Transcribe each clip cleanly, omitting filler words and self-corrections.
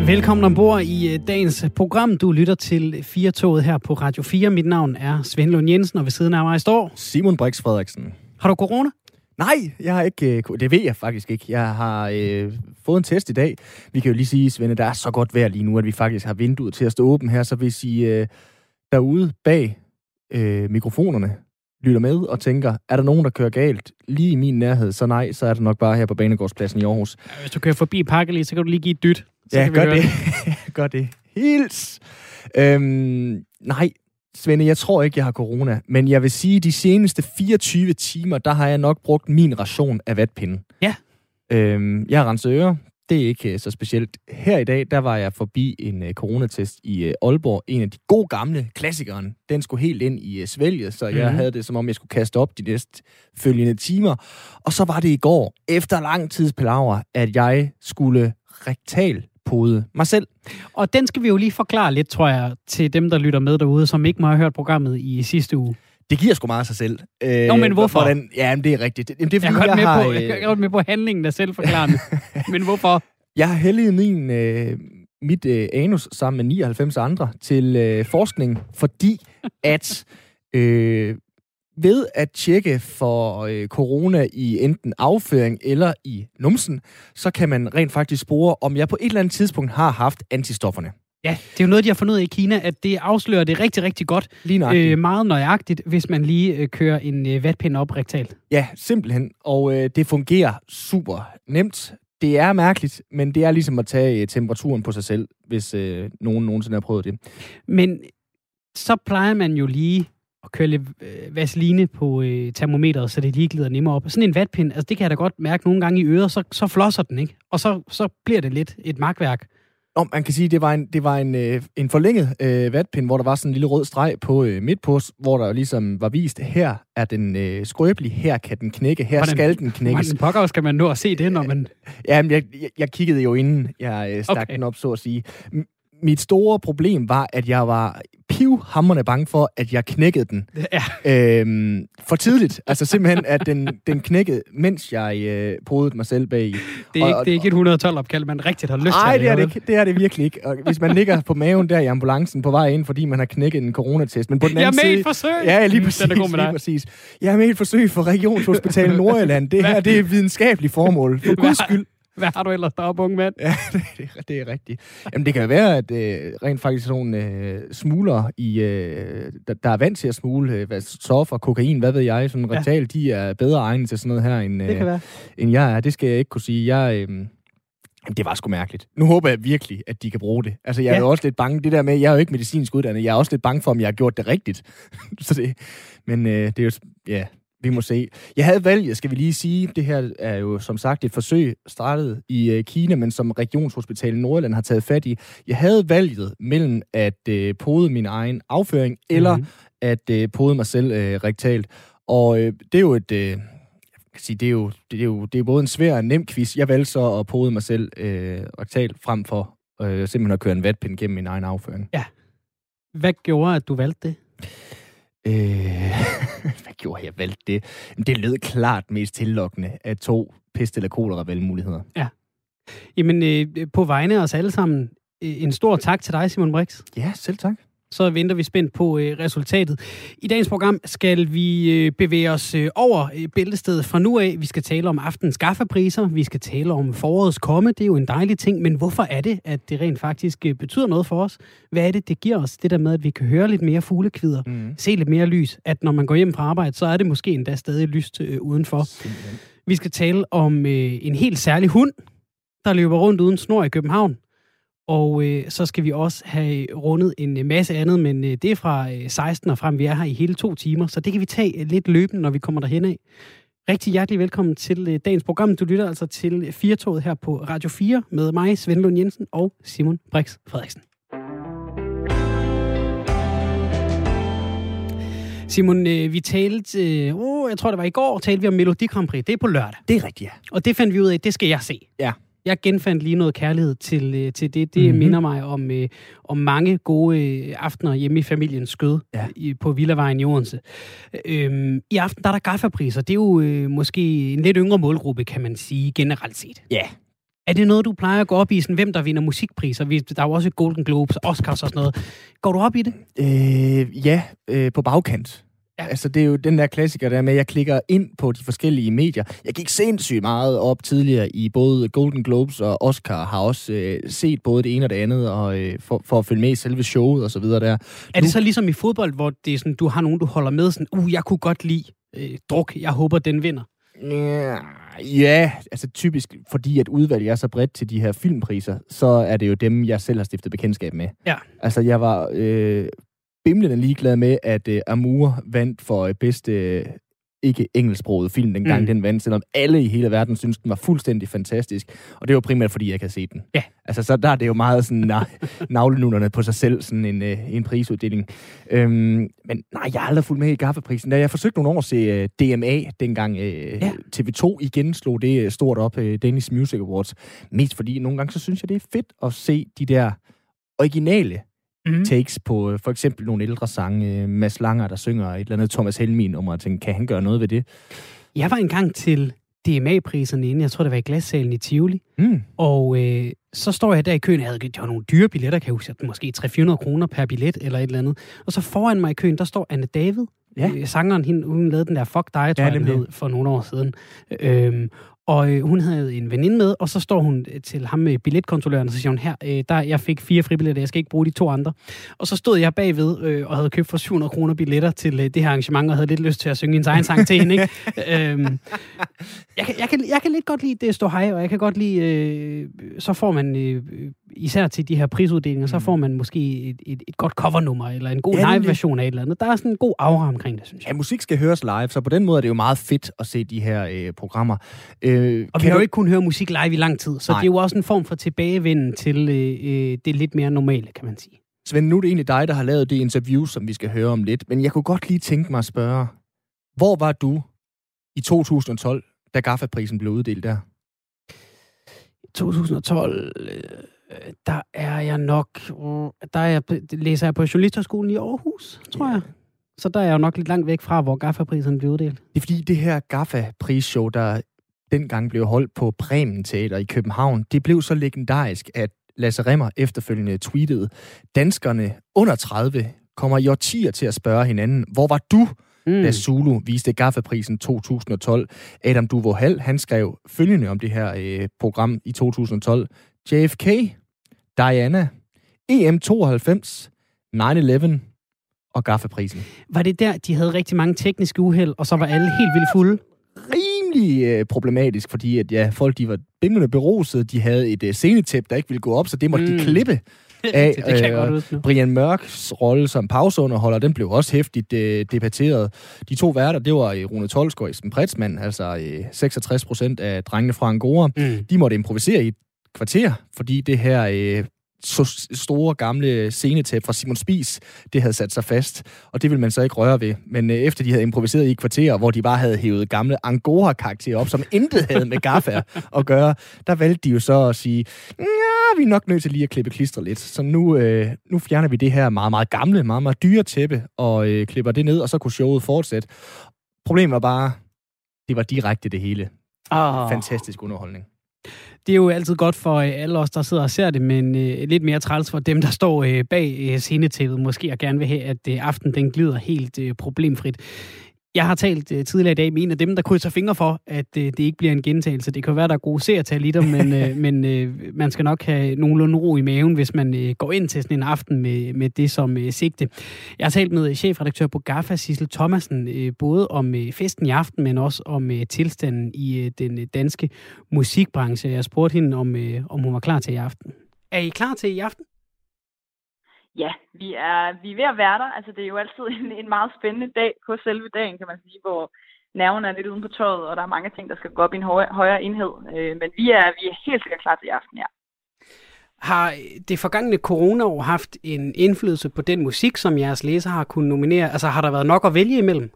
Velkommen ombord i dagens program. Du lytter til 4-toget her på Radio 4. Mit navn er Svend Lund Jensen, og ved siden af mig står Simon Brix Frederiksen. Har du corona? Nej, jeg har ikke. Det ved jeg faktisk ikke. Jeg har fået en test i dag. Vi kan jo lige sige, Svend, der er så godt vejr lige nu, at vi faktisk har vinduet til at stå åben her. Så hvis I derude bag mikrofonerne lytter med og tænker, er der nogen, der kører galt lige i min nærhed? Så nej, så er det nok bare her på Banegårdspladsen i Aarhus. Ja, hvis du kører forbi Pakkerli, så kan du lige give et dyt. Ja, gør det. Gør det. Hils! Nej, Svende, jeg tror ikke, jeg har corona. Men jeg vil sige, at de seneste 24 timer, der har jeg nok brugt min ration af vatpinde. Ja. Jeg har renset ører. Det er ikke så specielt. Her i dag, der var jeg forbi en coronatest i Aalborg. En af de gode gamle klassikeren. Den skulle helt ind i svælget, så jeg havde det, som om jeg skulle kaste op de næste følgende timer. Og så var det i går, efter lang tids palaver, at jeg skulle rektalpode mig selv. Og den skal vi jo lige forklare lidt, tror jeg, til dem, der lytter med derude, som ikke må have hørt programmet i sidste uge. Det giver sgu meget sig selv. Men hvorfor? Jamen, det er rigtigt. Det er, fordi, jeg er godt med på handlingen af selvforklarende. Men hvorfor? Jeg har helliget mit anus sammen med 99 andre til forskning, fordi at ved at tjekke for corona i enten afføring eller i numsen, så kan man rent faktisk spore, om jeg på et eller andet tidspunkt har haft antistofferne. Ja, det er jo noget, de har fundet ud af i Kina, at det afslører det rigtig, rigtig godt. Meget nøjagtigt, hvis man lige kører en vatpind op rektalt. Ja, simpelthen. Og det fungerer super nemt. Det er mærkeligt, men det er ligesom at tage temperaturen på sig selv, hvis nogen nogensinde har prøvet det. Men så plejer man jo lige at køre lidt vaseline på termometeret, så det lige glider nemmere op. Sådan en vatpind, altså det kan jeg da godt mærke nogle gange i øret, så flosser den, ikke? Og så bliver det lidt et makværk. Man kan sige, at det var en forlænget vatpind, hvor der var sådan en lille rød streg på midt på, hvor der ligesom var vist, her er den skrøbelig, her kan den knække, her skal den knækkes. Hvordan pokker skal man nå at se det, når man... Jamen, jeg kiggede jo inden jeg stak den op, så at sige. Mit store problem var, at jeg var pivhamrende bange for, at jeg knækkede den. Ja. For tidligt. Altså simpelthen, at den knækkede, mens jeg podede mig selv bag i. Det er ikke et 112-opkald, man rigtigt har lyst til. Nej, det er det virkelig ikke. Og hvis man ligger på maven der i ambulancen på vej ind, fordi man har knækket en coronatest. Men på den anden side... Jeg er med i et forsøg! Ja, lige præcis. Den er god med dig. Lige præcis. Jeg er med i et forsøg for Regionshospitalet Nordjylland. Det her, det er videnskabeligt formål. For guds skyld. Hvad har du ellers deroppe, unge mand? Ja, det er rigtigt. Jamen, det kan jo være, at rent faktisk sådan nogle smugler, der er vant til at smule stoffer, kokain, hvad ved jeg, sådan rektal, de er bedre egnet til sådan noget her, end jeg er. Det skal jeg ikke kunne sige. Det var sgu mærkeligt. Nu håber jeg virkelig, at de kan bruge det. Altså, jeg er jo også lidt bange. Det der med, jeg er jo ikke medicinsk uddannet. Jeg er også lidt bange for, om jeg har gjort det rigtigt. Men det er jo... Ja... Vi må se. Jeg havde valget, skal vi lige sige. Det her er jo som sagt et forsøg startet i Kina, men som Regionshospitalet Nordjylland har taget fat i. Jeg havde valget mellem at pode min egen afføring, eller at pode mig selv rektalt. Og det er jo det er både en svær og nem quiz. Jeg valgte så at pode mig selv rektalt, frem for simpelthen at køre en vatpind gennem min egen afføring. Ja. Hvad gjorde, at du valgte det? Hvad gjorde jeg valgte det? Det lød klart mest tillokkende af 2 pest- eller kolera-valgmuligheder. Ja. Jamen, på vegne af os alle sammen, en stor tak til dig, Simon Brix. Ja, selv tak. Så venter vi spændt på resultatet. I dagens program skal vi bevæge os over bæltestedet fra nu af. Vi skal tale om aftens gaffepriser. Vi skal tale om forårets komme. Det er jo en dejlig ting, men hvorfor er det, at det rent faktisk betyder noget for os? Hvad er det, det giver os? Det der med, at vi kan høre lidt mere fuglekvider, se lidt mere lys. At når man går hjem fra arbejde, så er det måske endda stadig lyst udenfor. Simpelthen. Vi skal tale om en helt særlig hund, der løber rundt uden snor i København. Og så skal vi også have rundet en masse andet, men det er fra 16 og frem. Vi er her i hele 2 timer, så det kan vi tage lidt løbende, når vi kommer derhen af. Rigtig hjertelig velkommen til dagens program. Du lytter altså til 4-toget her på Radio 4 med mig, Svend Lund Jensen og Simon Brix Frederiksen. Simon, vi talte, jeg tror det var i går, talte vi om Melodi Grand Prix. Det er på lørdag. Det er rigtigt, ja. Og det fandt vi ud af, det skal jeg se. Ja. Jeg genfandt lige noget kærlighed til det. Det minder mig om mange gode aftener hjemme i familiens skød på Villavejen i Odense. I aften der er der gaffepriser. Det er jo måske en lidt yngre målgruppe, kan man sige, generelt set. Ja, Er det noget, du plejer at gå op i, sådan, hvem der vinder musikpriser? Der er jo også Golden Globes, Oscars og sådan noget. Går du op i det? På bagkant. Ja. Altså, det er jo den der klassiker der med, at jeg klikker ind på de forskellige medier. Jeg gik sindssygt meget op tidligere i både Golden Globes og Oscar, har også set både det ene og det andet, og for at følge med i selve showet og så videre der. Er det så ligesom i fodbold, hvor det er sådan, du har nogen, du holder med, sådan, jeg kunne godt lide druk, jeg håber, den vinder? Ja, altså typisk, fordi at udvalget er så bredt til de her filmpriser, så er det jo dem, jeg selv har stiftet bekendtskab med. Ja. Altså, jeg var bimlende ligeglad med, at Amour vandt for bedste ikke engelsksproget film, dengang den vandt, selvom alle i hele verden synes den var fuldstændig fantastisk. Og det var primært, fordi jeg kan se den. Ja. Altså, så der er det jo meget sådan navlenutterne på sig selv, sådan en prisuddeling. Men nej, jeg har aldrig fulgt med i Gaffeprisen. Da jeg forsøgte nogle år at se DMA, dengang TV2 igen slog det stort op, Danish Music Awards. Mest fordi nogle gange, så synes jeg, det er fedt at se de der originale takes på for eksempel nogle ældre sange. Mads Langer, der synger et eller andet Thomas Helmig nummer, og tænkte, kan han gøre noget ved det? Jeg var engang til DMA-priserne inde. Jeg tror, det var i Glassalen i Tivoli. Og så står jeg der i køen. Det var nogle dyre billetter, kan jeg huske. Måske 300-400 kroner per billet eller et eller andet. Og så foran mig i køen, der står Anne David. Ja. Sangeren, hun lavede den der Fuck Dig, tror jeg, for nogle år siden. Og hun havde en veninde med, og så står hun til ham med billetkontrolløren, og så siger hun, jeg fik 4 fribilletter, jeg skal ikke bruge de 2 andre. Og så stod jeg bagved og havde købt for 700 kroner billetter til det her arrangement, og havde lidt lyst til at synge en egen sang til hende. Ikke? Jeg kan lidt godt lide det stå hej, og jeg kan godt lide, så får man især til de her prisuddelinger, så får man måske et godt covernummer, eller en god live-version af et eller andet. Der er sådan en god aura omkring det, synes jeg. Ja, musik skal høres live, så på den måde er det jo meget fedt at se de her programmer. Og vi har jo ikke kun høre musik live i lang tid, så det er jo også en form for tilbagevenden til det lidt mere normale, kan man sige. Svend, nu er det egentlig dig, der har lavet det interview, som vi skal høre om lidt, men jeg kunne godt lige tænke mig at spørge, hvor var du i 2012, da Gaffaprisen blev uddelt der? 2012, der er jeg nok, læser jeg på Journalisterskolen i Aarhus, tror jeg. Så der er jeg jo nok lidt langt væk fra, hvor Gaffaprisen blev uddelt. Det er fordi det her Gaffa-prisshow, der dengang blev holdt på Bremen Teater i København, det blev så legendarisk, at Lasse Rimmer efterfølgende tweetede, danskerne under 30 kommer i årtier til at spørge hinanden, hvor var du, da Zulu viste Gaffaprisen 2012? Adam Duvå Hall, han skrev følgende om det her program i 2012. JFK, Diana, EM92, 9/11 og Gaffaprisen. Var det der, de havde rigtig mange tekniske uheld, og så var alle helt vildt fulde? Rimelig problematisk, fordi at folk de var bimlende beruset, de havde et scenetæppe, der ikke ville gå op, så det måtte de klippe af. Det kan jeg godt Brian Mørks rolle som pauseunderholder, den blev også hæftigt debatteret. De 2 værter, det var Rune Tolsgaard og Esben Pretzmann, altså 66% af drengene fra Angora. De måtte improvisere i et kvarter, fordi det her så store gamle scenetæppe fra Simon Spies, det havde sat sig fast, og det ville man så ikke røre ved. Men efter de havde improviseret i et kvarter, hvor de bare havde hævet gamle Angora-karakterer op, som intet havde med Gaffa at gøre, der valgte de jo så at sige, vi er nok nødt til lige at klippe klister lidt. Så nu fjerner vi det her meget, meget gamle, meget, meget dyre tæppe, og klipper det ned, og så kunne showet fortsætte. Problemet var bare, det var direkte det hele. Fantastisk underholdning. Det er jo altid godt for alle os, der sidder og ser det, men lidt mere træls for dem, der står bag scenetæppet, måske og gerne vil have, at aften den glider helt problemfrit. Jeg har talt tidligere i dag med en af dem, der krydser fingre for, at det ikke bliver en gentagelse. Det kan være, der er gode seertal i det, men man skal nok have nogenlunde ro i maven, hvis man går ind til sådan en aften med det som sigte. Jeg har talt med chefredaktør på Gaffa, Sissel Thomasen, både om festen i aften, men også om tilstanden i den danske musikbranche. Jeg spurgte hende, om hun var klar til i aften. Er I klar til i aften? Ja, vi er ved at være der. Altså, det er jo altid en meget spændende dag på selve dagen, kan man sige, hvor nerverne er lidt uden på tøjet, og der er mange ting, der skal gå op i en højere enhed. Men vi er helt sikkert klar til i aften, ja. Har det forgangne coronaår haft en indflydelse på den musik, som jeres læser har kunnet nominere? Altså, har der været nok at vælge imellem?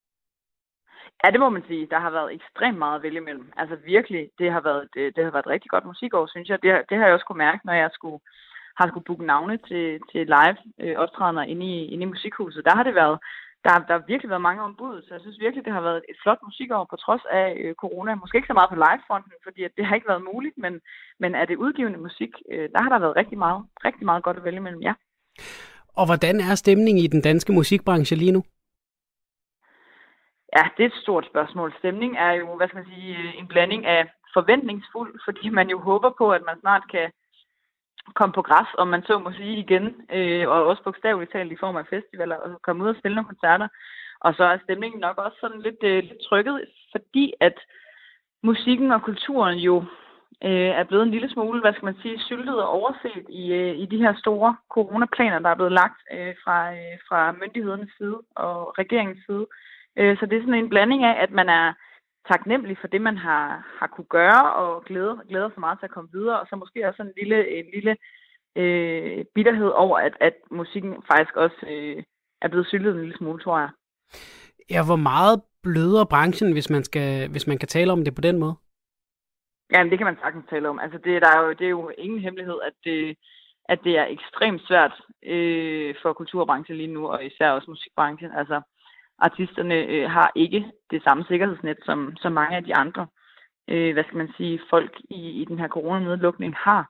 Ja, det må man sige. Der har været ekstremt meget at vælge imellem. Altså virkelig, det har været et rigtig godt musikår, synes jeg. Det har jeg også kunne mærke, når jeg har skulle booke navne til live optrædener inde i musikhuset. Der der har virkelig været mange ombud, så jeg synes virkelig, det har været et flot musikår på trods af corona. Måske ikke så meget på livefronten, fordi at det har ikke været muligt, men er det udgivende musik, der har der været rigtig meget godt at vælge mellem, ja. Og hvordan er stemningen i den danske musikbranche lige nu? Ja, det er et stort spørgsmål. Stemning er jo, hvad skal man sige, en blanding af forventningsfuld, fordi man jo håber på, at man snart kan komme på græs, om man så må sige igen, og også bogstaveligt talt i form af festivaler, og komme ud og spille nogle koncerter. Og så er stemningen nok også sådan lidt trykket, fordi at musikken og kulturen jo er blevet en lille smule, hvad skal man sige, syltet og overset i de her store coronaplaner, der er blevet lagt fra myndighedernes side og regeringens side. Så det er sådan en blanding af, at man er taknemmelig for det, man har kunne gøre, og glæder sig meget til at komme videre, og så måske også en lille bitterhed over, at musikken faktisk også er blevet syltet en lille smule, tror jeg. Ja, hvor meget bløder branchen, hvis man kan tale om det på den måde? Ja, det kan man sagtens tale om. Altså, det er jo ingen hemmelighed, at det er ekstremt svært for kulturbranchen lige nu, og især også musikbranchen. Altså, artisterne har ikke det samme sikkerhedsnet, som mange af de andre, hvad skal man sige, folk i den her coronanedlukning har.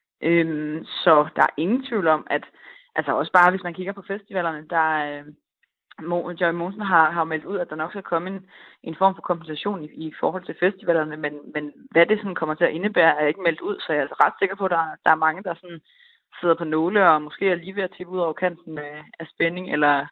Så der er ingen tvivl om, at altså også bare hvis man kigger på festivalerne, der Joy Mogensen har meldt ud, at der nok skal komme en form for kompensation i forhold til festivalerne, men hvad det sådan kommer til at indebære, er ikke meldt ud, så jeg er altså ret sikker på, at der er mange, der sådan sidder på nåle og måske er lige ved at tippe ud over kanten af spænding, eller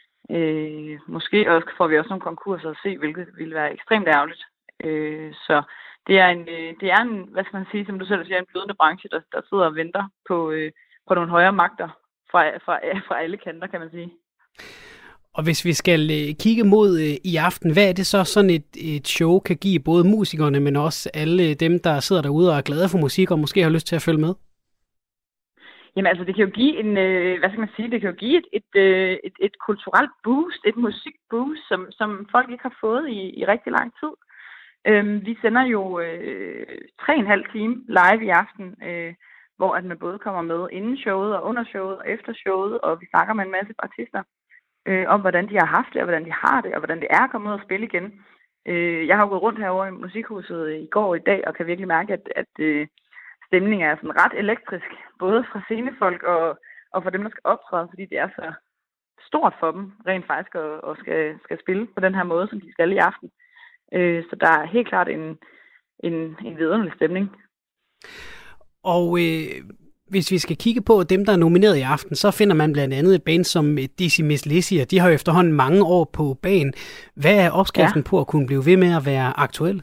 måske også får vi også nogle konkurser at se, hvilket ville være ekstremt ærgerligt. Så det er en, hvad skal man sige, som du selv siger, en blødende branche, der sidder og venter på nogle højere magter fra alle kanter, kan man sige. Og hvis vi skal kigge mod i aften, hvad er det så sådan et show kan give både musikerne, men også alle dem, der sidder derude og er glade for musik og måske har lyst til at følge med? Jamen altså, det kan jo give en, hvad skal man sige, det kan jo give et kulturelt boost, et musikboost, som folk ikke har fået i rigtig lang tid. Vi sender jo 3,5 time live i aften, hvor at man både kommer med inden showet og under showet og efter showet, og vi snakker med en masse artister om, hvordan de har haft det, og hvordan de har det, og hvordan det er at komme ud og spille igen. Jeg har gået rundt herovre i Musikhuset i går og i dag, og kan virkelig mærke, at stemningen er sådan ret elektrisk, både fra scenefolk og for dem, der skal optræde, fordi det er så stort for dem, rent faktisk, og skal spille på den her måde, som de skal i aften. Så der er helt klart en vidunderlig stemning. Og hvis vi skal kigge på dem, der er nomineret i aften, så finder man blandt andet et band som Dizzy Mizz Lizzy, og de har jo efterhånden mange år på banen. Hvad er opskriften på at kunne blive ved med at være aktuel?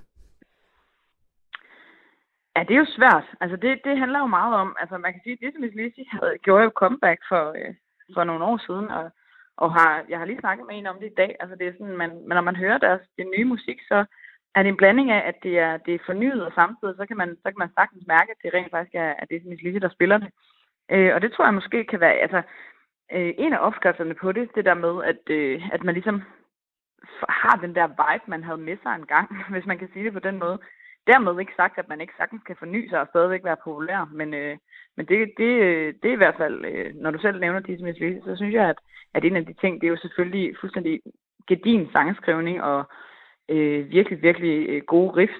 Ja, det er jo svært. Altså det handler jo meget om, altså man kan sige, at Dizzy Mizz Lizzy gjorde jo comeback for nogle år siden, og jeg har lige snakket med en om det i dag. Altså det er sådan, når man hører det nye musik, så er det en blanding af, at det er fornyet, og samtidig så kan man sagtens mærke, at det rent faktisk er Dizzy Mizz Lizzy, der spiller det. Og det tror jeg måske kan være, altså en af opskrifterne på det der med, at man ligesom har den der vibe, man havde med sig en gang, hvis man kan sige det på den måde. Dermed ikke sagt, at man ikke sagtens kan forny sig og stadigvæk være populær, men det er i hvert fald, når du selv nævner Dizzy Mizz Lizzy, så synes jeg, at en af de ting, det er jo selvfølgelig fuldstændig gedigen sangskrivning og virkelig, virkelig gode riffs,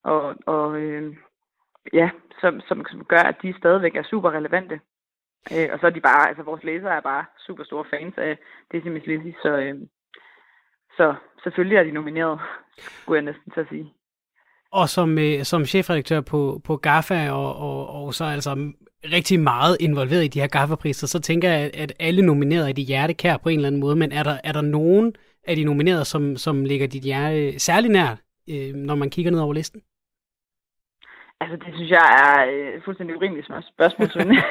som gør, at de stadigvæk er super relevante. Og så er de bare, altså vores læsere er bare super store fans af Dizzy Mizz Lizzy, så selvfølgelig er de nomineret, skulle jeg næsten til at sige. Og som chefredaktør på GAFFA, og så altså rigtig meget involveret i de her GAFFA-priser, så tænker jeg, at alle nominerede er dit hjerte kær på en eller anden måde, men er der nogen af de nominerede, som ligger dit hjerte særlig nær, når man kigger ned over listen? Altså, det synes jeg er fuldstændig urimeligt spørgsmål.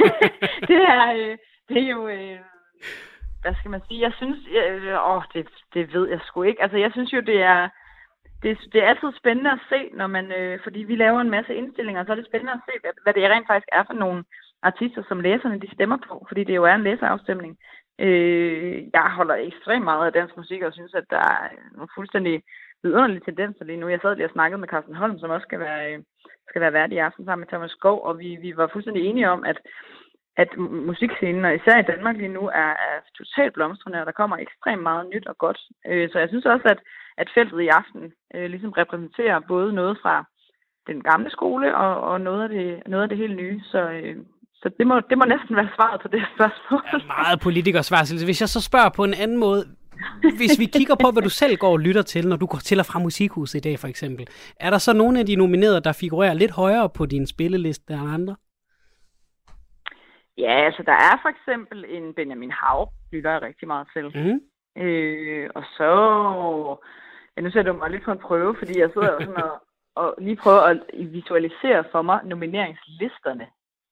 Det er jo, hvad skal man sige, jeg synes, det ved jeg sgu ikke. Altså, jeg synes jo, det er altid spændende at se, når man, fordi vi laver en masse indstillinger, så er det spændende at se, hvad det rent faktisk er for nogle artister, som læserne de stemmer på, fordi det jo er en læserafstemning. Jeg holder ekstremt meget af dansk musik, og synes, at der er nogle fuldstændig vidunderlige tendenser lige nu. Jeg sad lige og snakkede med Carsten Holm, som også skal være vært i aften sammen med Thomas Skov, og vi var fuldstændig enige om, at musikscenen, og især i Danmark lige nu, er totalt blomstrende, og der kommer ekstremt meget nyt og godt. Så jeg synes også, at feltet i aften ligesom repræsenterer både noget fra den gamle skole og noget af det helt nye. Så det må næsten være svaret på det spørgsmål. Ja, meget politikersvar. Hvis jeg så spørger på en anden måde, hvis vi kigger på, hvad du selv går og lytter til, når du går til og fra Musikhuset i dag for eksempel, er der så nogle af de nominerede, der figurerer lidt højere på din spilleliste end andre? Ja, altså der er for eksempel en Benjamin Hav, lytter jeg rigtig meget til. Og så... Ja, nu sætter du mig lidt på en prøve, fordi jeg sidder jo sådan og lige prøver at visualisere for mig nomineringslisterne.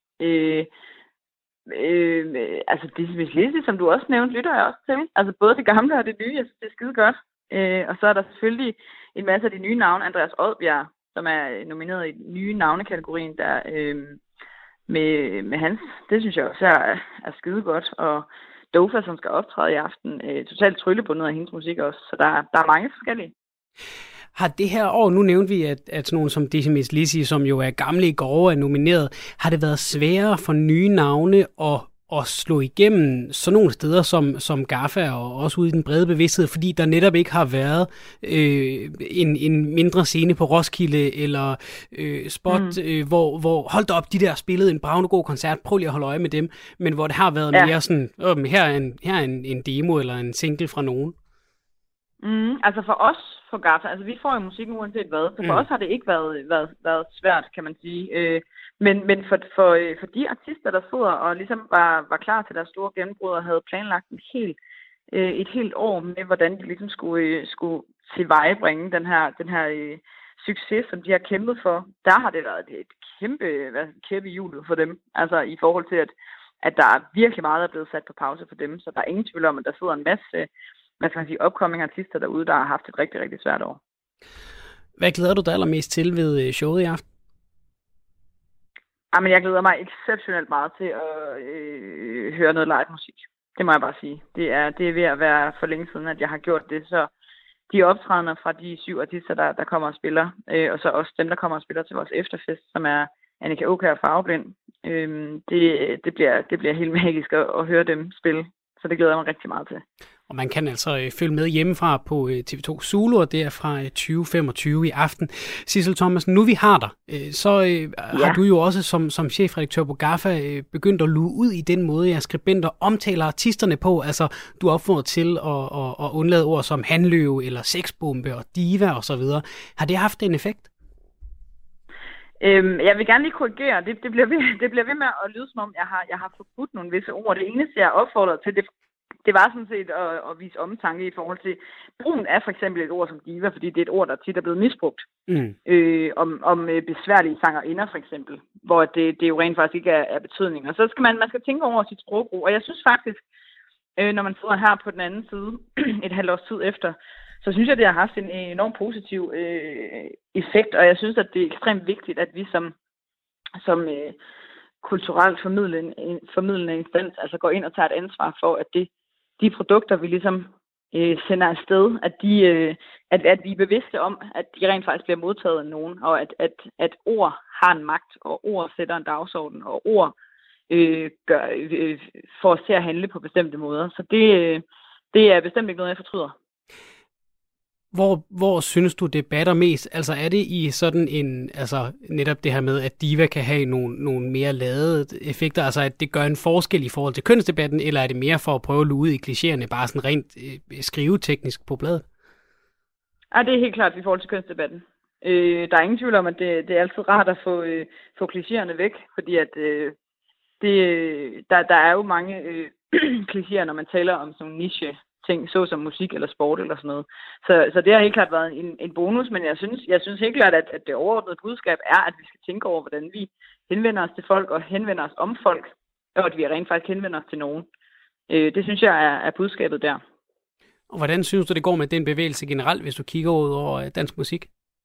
Altså Disney's Liste, som du også nævnte, lytter jeg også til. Altså både det gamle og det nye, jeg synes, det er skide godt. Og så er der selvfølgelig en masse af de nye navne. Andreas Odbjerg, som er nomineret i den nye navnekategorien, der med hans, det synes jeg også er skide godt. Og Dofa, som skal optræde i aften, totalt tryllebundet af hendes musik også. Så der er mange forskellige. Har det her år, nu nævnte vi, at sådan nogen som Disney's Lizzy, som jo er gamle i går, er nomineret, har det været sværere for nye navne at slå igennem sådan nogle steder som GAFFA og også ude i den brede bevidsthed, fordi der netop ikke har været en mindre scene på Roskilde eller Spot, hvor hold da op, de der spillede en bravende god koncert, prøv lige at holde øje med dem, men hvor det har været mere sådan, her er en demo eller en single fra nogen. Altså for os, for GAFFA, altså vi får jo musikken uanset hvad, så for os har det ikke været svært, kan man sige. Men for de artister, der sidder og ligesom var klar til deres store gennembrud og havde planlagt et helt år med, hvordan de ligesom skulle tilvejebringe den her succes, som de har kæmpet for, der har det været et kæmpe hjulet for dem. Altså i forhold til, at der er virkelig meget, der er blevet sat på pause for dem, så der er ingen tvivl om, at der sidder en masse upcoming artister derude, der har haft et rigtig, rigtig svært år. Hvad glæder du dig allermest til ved showet i aften? Jamen, jeg glæder mig exceptionelt meget til at høre noget live musik. Det må jeg bare sige. Det er ved at være for længe siden, at jeg har gjort det. Så de optrædener fra de 7 artister, der kommer og spiller, og så også dem, der kommer og spiller til vores efterfest, som er Annika Aukjær og Farveblind. Det bliver helt magisk at høre dem spille. Så det glæder jeg mig rigtig meget til. Og man kan altså følge med hjemmefra på TV2 Zulu, og det er fra 2025 i aften. Sissel Thomasen, nu vi har dig, så har du jo også som chefredaktør på GAFFA begyndt at luge ud i den måde, jeres skribenter omtaler artisterne på. Altså, du opfordrer til at undlade ord som handløve eller sexbombe og diva osv. Har det haft en effekt? Jeg vil gerne lige korrigere. Det bliver ved med at lyde, som om jeg har forbudt nogle visse ord. Det eneste, jeg opfordrede til, det var sådan set at vise omtanke i forhold til brugen af for eksempel et ord som diva, fordi det er et ord, der tit er blevet misbrugt. Om besværlige sangerinder for eksempel, hvor det jo rent faktisk ikke er betydning. Og så skal man skal tænke over sit sprogbrug. Og jeg synes faktisk, når man sidder her på den anden side et halvt års tid efter, så synes jeg, det har haft en enormt positiv effekt, og jeg synes, at det er ekstremt vigtigt, at vi som kulturelt formidlende instans altså går ind og tager et ansvar for, at de produkter, vi ligesom sender afsted, at vi er bevidste om, at de rent faktisk bliver modtaget af nogen, og at ord har en magt, og ord sætter en dagsorden, og ord får os til at handle på bestemte måder. Så det er bestemt ikke noget, jeg fortryder. Hvor synes du, det batter mest? Altså er det i sådan en, altså netop det her med, at diva kan have nogle mere ladede effekter, altså at det gør en forskel i forhold til kønsdebatten, eller er det mere for at prøve at luge ud i klichéerne, bare sådan rent skriveteknisk på bladet? Ja, det er helt klart i forhold til kønsdebatten. Der er ingen tvivl om, at det er altid rart at få klichéerne væk, fordi at der er jo mange klichéer, når man taler om sådan nogle niche ting, såsom musik eller sport eller sådan noget. Så det har helt klart været en bonus, men jeg synes helt klart, at det overordnede budskab er, at vi skal tænke over, hvordan vi henvender os til folk og henvender os om folk, og at vi rent faktisk henvender os til nogen. Det synes jeg er budskabet der. Og hvordan synes du, det går med den bevægelse generelt, hvis du kigger ud over dansk musik?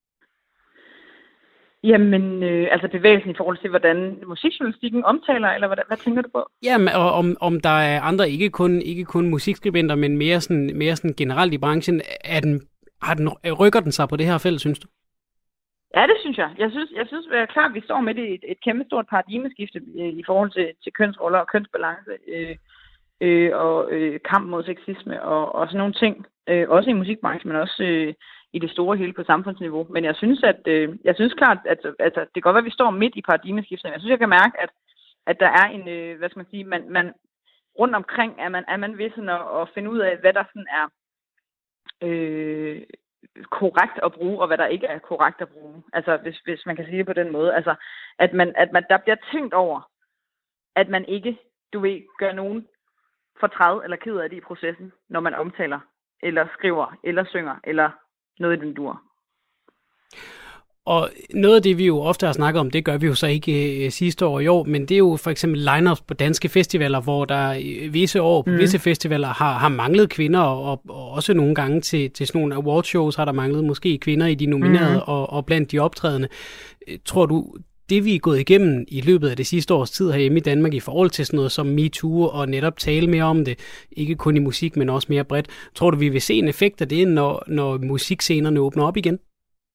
Jamen, altså bevægelsen i forhold til, hvordan musikjournalistikken omtaler, eller hvad tænker du på? Jamen, og om der er andre, ikke kun musikskribenter, men mere sådan generelt i branchen, rykker den sig på det her felt, synes du? Ja, det synes jeg. Jeg synes klart, at vi står midt i et kæmpe stort paradigmeskifte i forhold til kønsroller og kønsbalance og kamp mod sexisme og sådan nogle ting. Også i musikbranchen, men også i det store hele på samfundsniveau. Men jeg synes klart, at altså, det kan godt være, at vi står midt i paradigmeskiftet. Jeg synes, jeg kan mærke, at der er en, hvad skal man sige, man rundt omkring er man ved sådan at finde ud af, hvad der sådan er korrekt at bruge, og hvad der ikke er korrekt at bruge. Altså, hvis man kan sige det på den måde. Altså, at man der bliver tænkt over, at man ikke, gør nogen fortræd eller ked af det i processen, når man omtaler, eller skriver, eller synger, eller noget i den dur. Og noget af det, vi jo ofte har snakket om, det gør vi jo så ikke sidste år i år, men det er jo for eksempel line-ups på danske festivaler, hvor der visse år på visse festivaler har manglet kvinder, og også nogle gange til sådan nogle awardshows har der manglet måske kvinder i de nominerede og blandt de optrædende. Tror du, det vi er gået igennem i løbet af det sidste års tid herhjemme i Danmark i forhold til sådan noget som MeToo og netop tale mere om det, ikke kun i musik, men også mere bredt, tror du, vi vil se en effekt af det, når musikscenerne åbner op igen?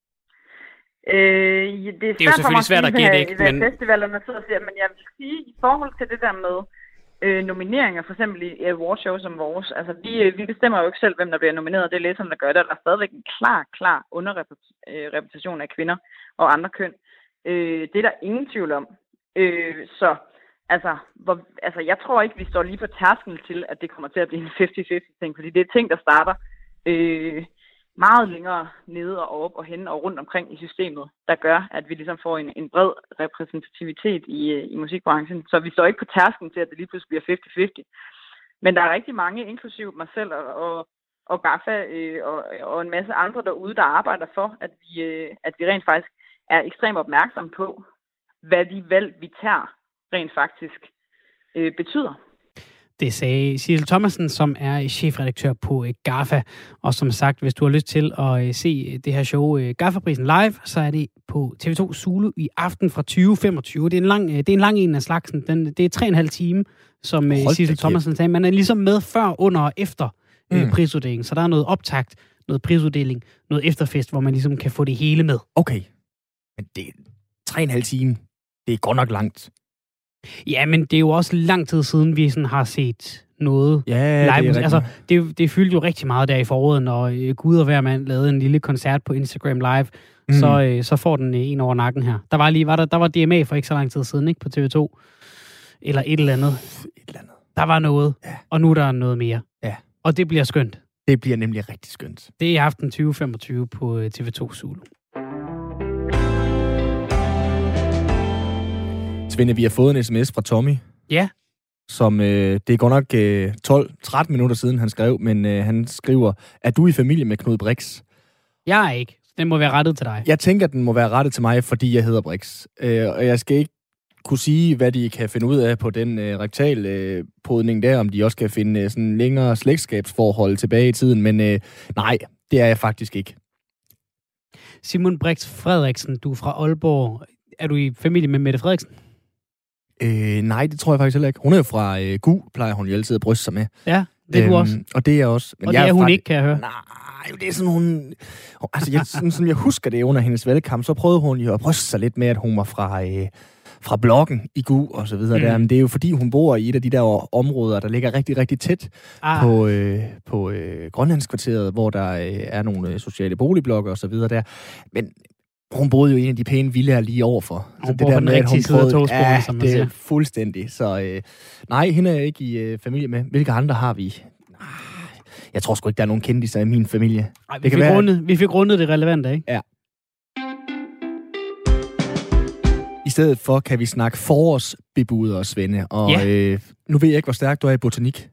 Det er jo selvfølgelig svært at gætte, ikke? Men festivalerne sidder og siger, men jeg vil sige, i forhold til det der med nomineringer, for eksempel i awardshows som vores, altså vi bestemmer jo ikke selv, hvem der bliver nomineret, det er læserne, der gør det, og der er stadigvæk en klar underrepræsentation af kvinder og andre køn. Det er der ingen tvivl om. Så jeg tror ikke, vi står lige på tærsklen til, at det kommer til at blive en 50-50 ting, fordi det er ting, der starter meget længere nede og op og hen og rundt omkring i systemet, der gør, at vi ligesom får en bred repræsentativitet i musikbranchen. Så vi står ikke på tærsklen til, at det lige pludselig bliver 50-50. Men der er rigtig mange, inklusive mig selv og GAFFA og en masse andre derude, der arbejder for, at vi rent faktisk er ekstremt opmærksomme på, hvad de valg, vi tager, rent faktisk betyder. Det sagde Sissel Thomasen, som er chefredaktør på GAFFA. Og som sagt, hvis du har lyst til at se det her show GAFFA-prisen live, så er det på TV2 Zulu i aften fra 2025. Det er en lang en af slagsen. Det er 3,5 time, som Sissel Thomasen sagde. Man er ligesom med før, under og efter prisuddelingen. Så der er noget optakt, noget prisuddeling, noget efterfest, hvor man ligesom kan få det hele med. Okay. Men det er 3,5 time. Det er godt nok langt. Ja, men det er jo også lang tid siden, vi sådan har set noget live. Det fyldte jo rigtig meget der i foråret, når Gud og hver mand lavede en lille koncert på Instagram Live. Så får den en over nakken her. Der var DMA for ikke så lang tid siden, ikke, på TV2. Eller et eller andet. Der var noget, og nu er der noget mere. Ja. Og det bliver skønt. Det bliver nemlig rigtig skønt. Det er i aften 2025 på TV2 Zulu. Svende, vi har fået en sms fra Tommy. Ja. Som, det er godt nok 12-13 minutter siden, han skrev, men han skriver, er du i familie med Knud Brix? Jeg er ikke. Den må være rettet til dig. Jeg tænker, at den må være rettet til mig, fordi jeg hedder Brix. Og jeg skal ikke kunne sige, hvad de kan finde ud af på den rektalpodning der, om de også kan finde sådan længere slægtskabsforhold tilbage i tiden, men nej, det er jeg faktisk ikke. Simon Brix Frederiksen, du er fra Aalborg. Er du i familie med Mette Frederiksen? Nej, det tror jeg faktisk heller ikke. Hun er jo fra GU, plejer hun jo altid at bryste sig med. Ja, det er du også. Og det er jeg også. Men og det er hun ikke, kan jeg høre. Nej, det er sådan hun... Altså, som jeg husker det under hendes valgkamp, så prøvede hun jo at bryste sig lidt med, at hun var fra bloggen i GU og så videre der. Men det er jo fordi, hun bor i et af de der områder, der ligger rigtig, rigtig tæt på Grønlandskvarteret, hvor der er nogle sociale boligblokke og så videre der. Men hun boede jo i en af de pæne villaer lige overfor. Hun bor på den rigtige side af togsporet, som man siger. Det er fuldstændig. Så nej, hende er jeg ikke i familie med. Hvilke andre har vi? Jeg tror sgu ikke, der er nogen kendiser i min familie. Ej, vi fik rundet det relevante, ikke? Ja. I stedet for kan vi snakke forårsbebuder, Svende. Og nu ved jeg ikke, hvor stærk du er i botanik.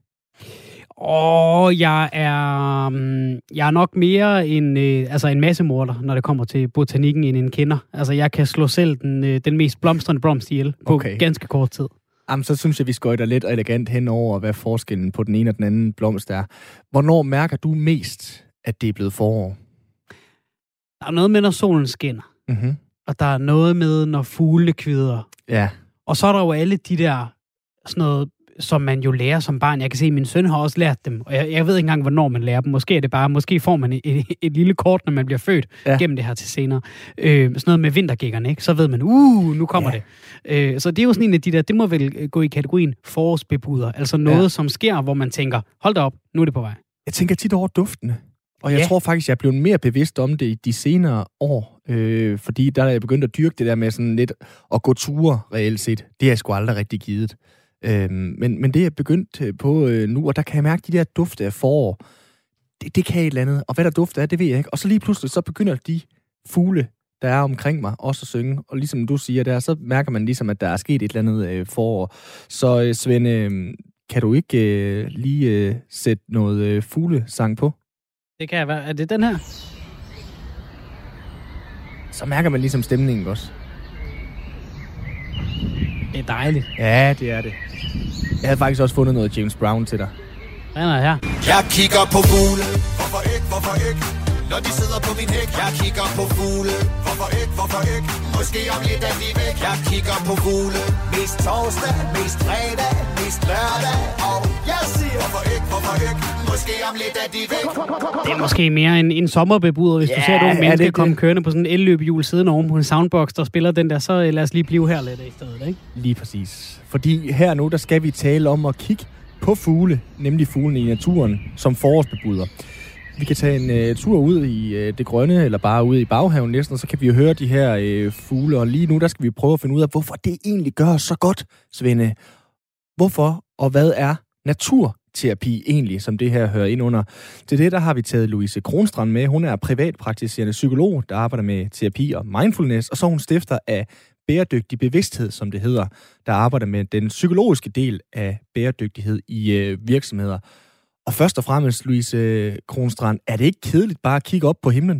Jeg er nok mere en massemorder, når det kommer til botanikken, end en kender. Altså, jeg kan slå selv den mest blomstrende blomst ihjel på ganske kort tid. Jamen, så synes jeg, vi skøjter lidt og elegant henover, hvad forskellen på den ene og den anden blomst er. Hvornår mærker du mest, at det er blevet forår? Der er noget med, når solen skinner. Mm-hmm. Og der er noget med, når fuglene kvider. Ja. Og så er der jo alle de der sådan noget som man jo lærer som barn. Jeg kan se, at min søn har også lært dem, og jeg ved ikke engang, hvornår man lærer dem. Måske får man et lille kort, når man bliver født, gennem det her til senere. Sådan noget med vintergækkerne, ikke? Så ved man, nu kommer det. Så det er jo sådan en af de der, det må vel gå i kategorien forårsbebuder. Altså noget, som sker, hvor man tænker, hold da op, nu er det på vej. Jeg tænker tit over duftene. Og jeg tror faktisk, jeg er blevet mere bevidst om det i de senere år, fordi der er jeg begyndt at dyrke det der med sådan lidt at gå ture reelt set. Det er jeg sgu aldrig rigtig givet. Men det er jeg begyndt på nu, og der kan jeg mærke, de der dufte af forår, det kan et eller andet. Og hvad der dufter af, det ved jeg ikke. Og så lige pludselig, så begynder de fugle, der er omkring mig, også at synge. Og ligesom du siger der, så mærker man ligesom, at der er sket et eller andet forår. Så Svend, kan du ikke lige sætte noget fuglesang på? Det kan jeg være. Er det den her? Så mærker man ligesom stemningen også. Det er dejligt. Ja, det er det. Jeg havde faktisk også fundet noget James Brown til dig. Den er her. Jeg kigger på fugle. Hvorfor ikke? Når de sidder på min hæk. Jeg kigger på fugle. Hvorfor ikke? Måske om lidt er de væk. Jeg kigger på fugle. Mest torsdag, mest fredag, mest lørdag. Og jeg siger, hvorfor ikke? Måske om lidt er de væk. Det er måske mere en sommerbebuder, hvis du ser nogle mennesker komme kørende på sådan en elløbehjul siden oven på en soundbox, der spiller den der, så lad os lige blive her lidt i stedet, ikke? Lige præcis. Fordi her nu, der skal vi tale om at kigge på fugle, nemlig fuglene i naturen, som forårsbebuder. Vi kan tage en tur ud i det grønne, eller bare ud i baghaven næsten, og så kan vi jo høre de her fugle. Og lige nu, der skal vi prøve at finde ud af, hvorfor det egentlig gør så godt, Svende. Hvorfor, og hvad er naturterapi egentlig, som det her hører ind under? Til det, der har vi taget Louise Kronstrand med. Hun er privatpraktiserende psykolog, der arbejder med terapi og mindfulness, og så er hun stifter af bæredygtig bevidsthed, som det hedder, der arbejder med den psykologiske del af bæredygtighed i virksomheder. Og først og fremmest, Louise Kronstrand, er det ikke kedeligt bare at kigge op på himlen?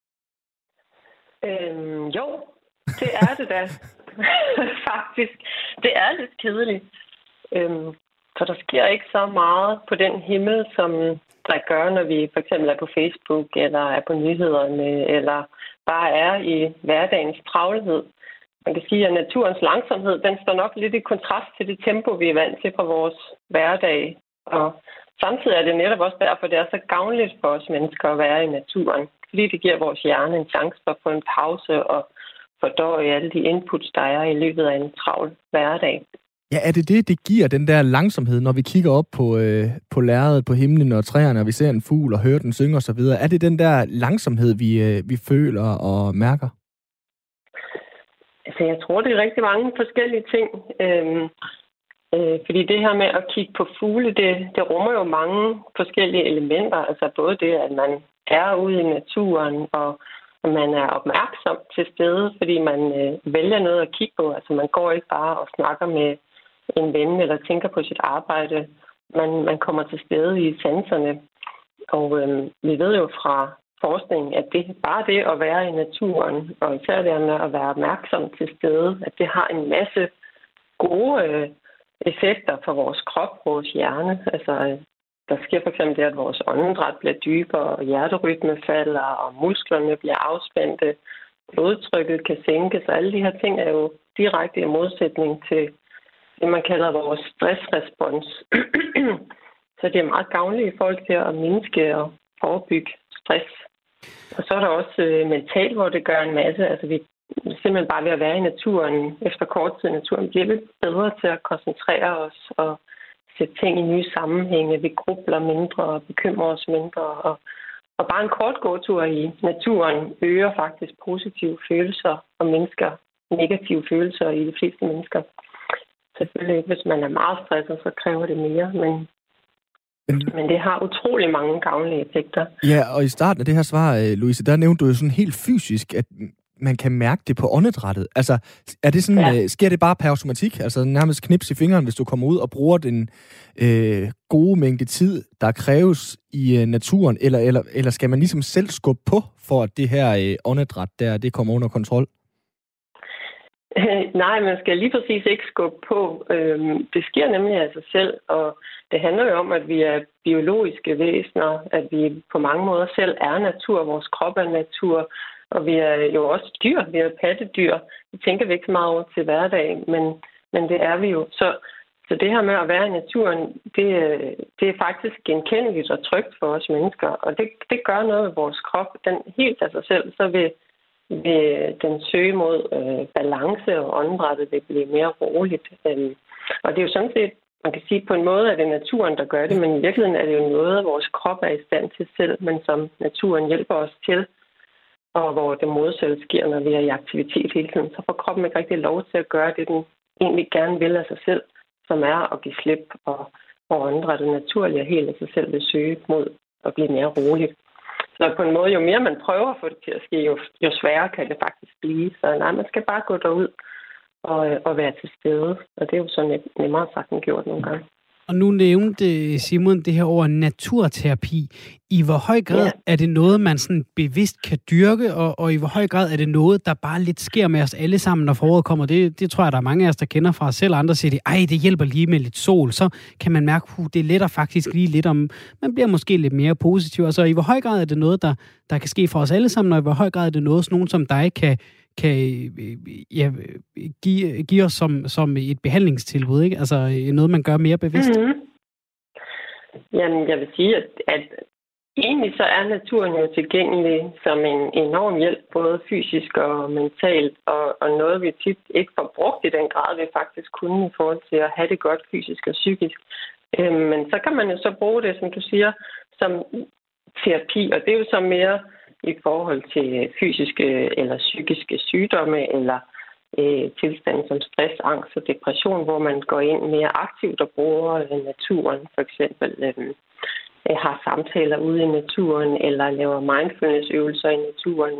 Jo, det er det da. Faktisk. Det er lidt kedeligt. For der sker ikke så meget på den himmel, som der gør, når vi for eksempel er på Facebook, eller er på nyhederne, eller bare er i hverdagens travlhed. Man kan sige, at naturens langsomhed, den står nok lidt i kontrast til det tempo, vi er vant til fra vores hverdag. Og samtidig er det netop også derfor, det er så gavnligt for os mennesker at være i naturen. Fordi det giver vores hjerne en chance for at få en pause og fordøje alle de inputs, der er i løbet af en travl hverdag. Ja, er det giver, den der langsomhed, når vi kigger op på lærredet på himlen og træerne, og vi ser en fugl og hører den synge osv.? Er det den der langsomhed, vi føler og mærker? Altså, jeg tror, det er rigtig mange forskellige ting. Fordi det her med at kigge på fugle, det rummer jo mange forskellige elementer. Altså både det, at man er ude i naturen, og at man er opmærksom til stede, fordi man vælger noget at kigge på. Altså man går ikke bare og snakker med en ven eller tænker på sit arbejde. Man kommer til stede i sanserne. Og vi ved jo fra forskningen, at det bare det at være i naturen, og især det med at være opmærksom til stede, at det har en masse gode effekter for vores krop, vores hjerne. Altså, der sker for eksempel det, at vores åndedræt bliver dybere, og hjerterytme falder, og musklerne bliver afspændte, blodtrykket kan sænkes, og alle de her ting er jo direkte i modsætning til det, man kalder vores stressrespons. Så det er meget gavnligt i forhold til at mindske og forebygge stress. Og så er der også mentalt, hvor det gør en masse. Altså vi simpelthen bare ved at være i naturen, efter kort tid i naturen, bliver vi bedre til at koncentrere os og sætte ting i nye sammenhænge. Vi grubler mindre og bekymrer os mindre. Og bare en kort gåtur i naturen øger faktisk positive følelser og mindsker negative følelser i de fleste mennesker. Selvfølgelig ikke, hvis man er meget stresset, så kræver det mere, men det har utrolig mange gavnlige effekter. Ja, og i starten af det her svar, Louise, der nævnte du jo sådan helt fysisk, at man kan mærke det på åndedrættet. Altså, er det sådan, sker det bare per automatik? Altså nærmest knips i fingeren, hvis du kommer ud og bruger den gode mængde tid, der kræves i naturen, eller skal man ligesom selv skubbe på, for at det her åndedræt der, det kommer under kontrol? Nej, man skal lige præcis ikke skubbe på. Det sker nemlig af sig selv, og det handler jo om, at vi er biologiske væsener, at vi på mange måder selv er natur, vores krop er natur, og vi er jo også dyr, vi er pattedyr. Det tænker vi ikke så meget over til hverdag, men det er vi jo. Så Så det her med at være i naturen, det er faktisk genkendeligt og trygt for os mennesker. Og det gør noget ved vores krop. Den helt af sig selv, så vil den søge mod balance, og åndedrættet vil blive mere roligt. Og det er jo sådan set, man kan sige, på en måde er det naturen, der gør det, men i virkeligheden er det jo noget, vores krop er i stand til selv, men som naturen hjælper os til, og hvor det modsatte sker, når vi er i aktivitet hele tiden, så får kroppen ikke rigtig lov til at gøre det, den egentlig gerne vil af sig selv, som er at give slip, og åndedrættet naturligt og helt af sig selv vil søge mod at blive mere roligt. Så på en måde, jo mere man prøver at få det til at ske, jo sværere kan det faktisk blive. Så nej, man skal bare gå derud og være til stede. Og det er jo sådan nemmere sagt end gjort nogle gange. Og nu nævnte Simon det her over naturterapi. I hvor høj grad er det noget, man sådan bevidst kan dyrke, og i hvor høj grad er det noget, der bare lidt sker med os alle sammen, når foråret kommer? Det tror jeg, der er mange af os, der kender fra os selv, og andre siger, det hjælper lige med lidt sol. Så kan man mærke, det letter faktisk lige lidt om, man bliver måske lidt mere positiv. Altså i hvor høj grad er det noget, der kan ske for os alle sammen, og i hvor høj grad er det noget, sådan nogen som dig kan give os som et behandlingstilbud, ikke? Altså noget, man gør mere bevidst. Mm-hmm. Jamen, jeg vil sige, at egentlig så er naturen jo tilgængelig som en enorm hjælp, både fysisk og mentalt, og noget, vi tit ikke får brugt i den grad, vi faktisk kunne i forhold til at have det godt fysisk og psykisk. Men så kan man jo så bruge det, som du siger, som terapi, og det er jo så mere i forhold til fysiske eller psykiske sygdomme eller tilstande som stress, angst og depression, hvor man går ind mere aktivt og bruger naturen, for eksempel har samtaler ude i naturen, eller laver mindfulness-øvelser i naturen,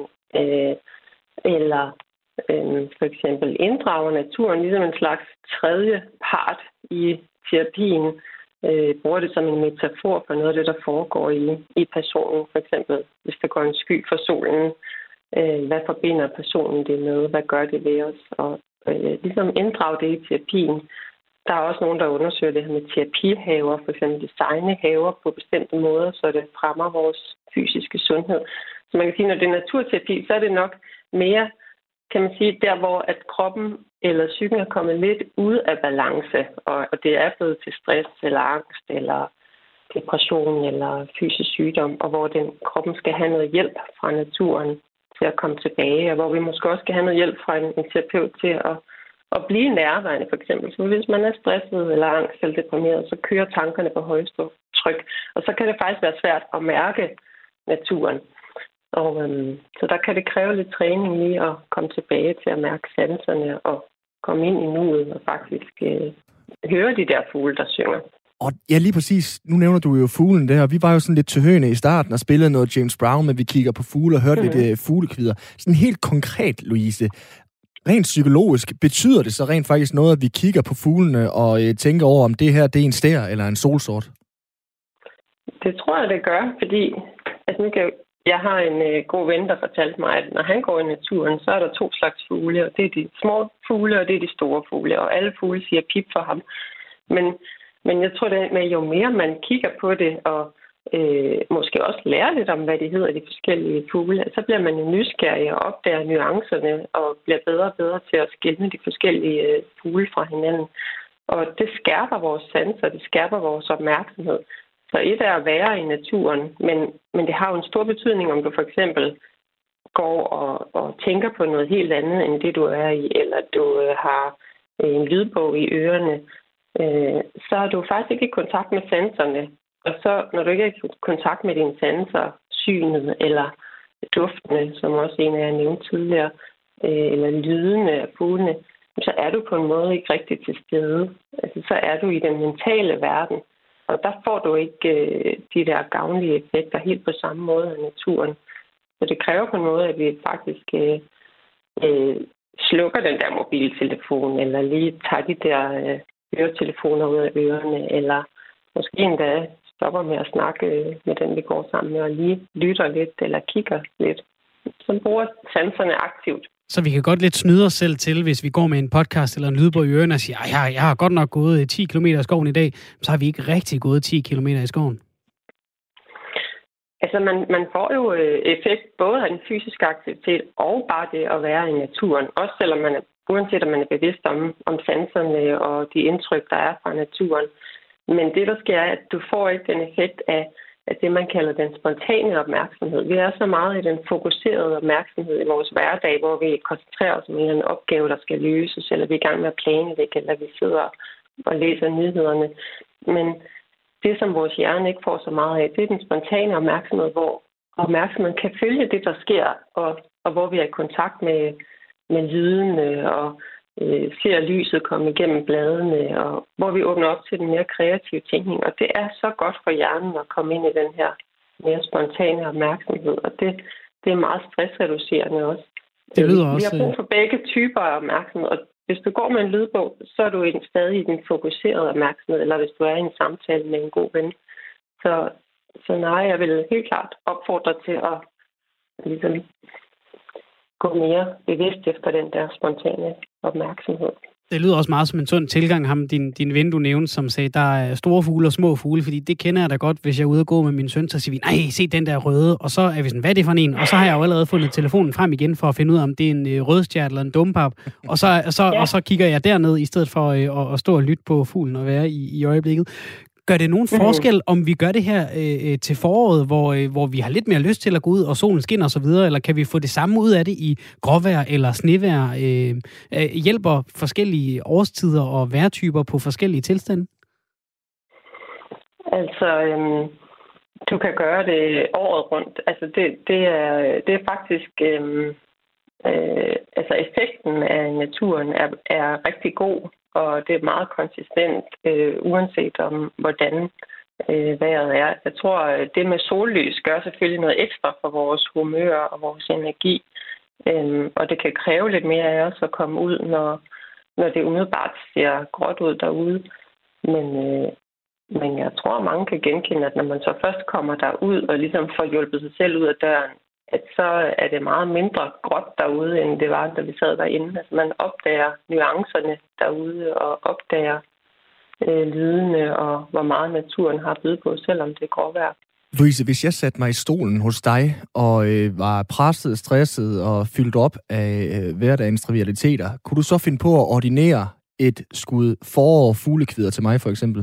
eller for eksempel inddrager naturen ligesom en slags tredje part i terapien, bruger det som en metafor for noget af det, der foregår i personen. For eksempel, hvis der går en sky for solen, hvad forbinder personen det med? Hvad gør det ved os? Og ligesom inddrage det i terapien. Der er også nogen, der undersøger det her med terapihaver, for eksempel designe haver på bestemte måder, så det fremmer vores fysiske sundhed. Så man kan sige, når det er naturterapi, så er det nok mere, kan man sige, der hvor at kroppen eller psyken er kommet lidt ud af balance, og det er blevet til stress eller angst eller depression eller fysisk sygdom, og hvor kroppen skal have noget hjælp fra naturen til at komme tilbage, og hvor vi måske også skal have noget hjælp fra en terapeut til at blive nærværende, for eksempel. Så hvis man er stresset eller angst eller deprimeret, så kører tankerne på højeste tryk, og så kan det faktisk være svært at mærke naturen. Og så der kan det kræve lidt træning i at komme tilbage til at mærke sanserne og komme ind i nuet og faktisk høre de der fugle, der synger. Og ja, lige præcis. Nu nævner du jo fuglen der, og vi var jo sådan lidt tøhøne i starten og spillede noget James Brown, men vi kigger på fugle og hørte lidt fuglekvider. Sådan helt konkret, Louise, rent psykologisk, betyder det så rent faktisk noget, at vi kigger på fuglene og tænker over, om det her det er en stær eller en solsort? Det tror jeg, det gør, fordi jeg har en god ven, der fortalte mig, at når han går i naturen, så er der 2 slags fugle, og det er de små fugle, og det er de store fugle, og alle fugle siger pip for ham. Men jeg tror, at jo mere man kigger på det, og måske også lærer lidt om, hvad de hedder, de forskellige fugle, så bliver man jo nysgerrig og opdager nuancerne, og bliver bedre og bedre til at skelne de forskellige fugle fra hinanden. Og det skærper vores sanser, det skærper vores opmærksomhed. Så et er at være i naturen, men det har jo en stor betydning, om du for eksempel går og tænker på noget helt andet, end det du er i, eller du har en lydbog i ørerne, så er du faktisk ikke i kontakt med sanserne. Og så, når du ikke er i kontakt med dine sanser, synet eller duftene, som også en af jer nævnte tidligere, eller lydene af fuglene, så er du på en måde ikke rigtig til stede. Altså, så er du i den mentale verden. Og der får du ikke de der gavnlige effekter helt på samme måde af naturen. Så det kræver på en måde, at vi faktisk slukker den der mobiltelefon, eller lige tager de der øretelefoner ud af ørerne, eller måske endda stopper med at snakke med den, vi går sammen med, og lige lytter lidt, eller kigger lidt. Så bruger sanserne aktivt. Så vi kan godt lidt snyde os selv til, hvis vi går med en podcast eller en lydbog i ørerne og siger, jeg har godt nok gået 10 km i skoven i dag, så har vi ikke rigtig gået 10 km i skoven. Altså, man får jo effekt både af den fysiske aktivitet og bare det at være i naturen. Også selvom man uanset om man er bevidst om sanserne og de indtryk, der er fra naturen. Men det, der sker, er, at du får ikke den effekt af det, man kalder den spontane opmærksomhed. Vi er så meget i den fokuserede opmærksomhed i vores hverdag, hvor vi koncentrerer os om en eller anden opgave, der skal løses, eller vi er i gang med at planlægge, eller vi sidder og læser nyhederne. Men det, som vores hjerne ikke får så meget af, det er den spontane opmærksomhed, hvor opmærksomheden kan følge det, der sker, og hvor vi er i kontakt med lydene og ser lyset komme igennem bladene, og hvor vi åbner op til den mere kreative tænkning. Og det er så godt for hjernen at komme ind i den her mere spontane opmærksomhed, og det er meget stressreducerende også. Det lyder vi også... har brug for begge typer af opmærksomhed, og hvis du går med en lydbog, så er du stadig i den fokuserede opmærksomhed, eller hvis du er i en samtale med en god ven. Så nej, jeg vil helt klart opfordre til at ligesom gå mere bevidst efter den der spontane opmærksomhed. Det lyder også meget som en sund tilgang, ham din ven, du nævnte, som sagde, der er store fugle og små fugle, fordi det kender jeg da godt, hvis jeg er ude og gå med min søn, så siger vi, nej, se den der røde, og så er vi sådan, hvad er det for en? Og så har jeg jo allerede fundet telefonen frem igen, for at finde ud af, om det er en rødstjert eller en dumpap, og så kigger jeg derned, i stedet for at stå og lytte på fuglen og være i øjeblikket. Gør det nogen forskel, om vi gør det her til foråret, hvor vi har lidt mere lyst til at gå ud, og solen skinner osv., eller kan vi få det samme ud af det i gråvejr eller snevejr? Hjælper forskellige årstider og vejrtyper på forskellige tilstande? Altså, du kan gøre det året rundt. Altså, det er faktisk... altså, effekten af naturen er rigtig god, og det er meget konsistent, uanset om hvordan vejret er. Jeg tror, det med sollys gør selvfølgelig noget ekstra for vores humør og vores energi, og det kan kræve lidt mere af os at komme ud, når det umiddelbart ser gråt ud derude. Men jeg tror, mange kan genkende, at når man så først kommer derud og ligesom får hjulpet sig selv ud af døren, at så er det meget mindre gråt derude, end det var, da vi sad derinde. Altså man opdager nuancerne derude og opdager lydene og hvor meget naturen har at byde på, selvom det er gråvejr. Louise, hvis jeg satte mig i stolen hos dig og var presset, stresset og fyldt op af hverdagens trivialiteter, kunne du så finde på at ordinere et skud forår fuglekvider til mig, for eksempel?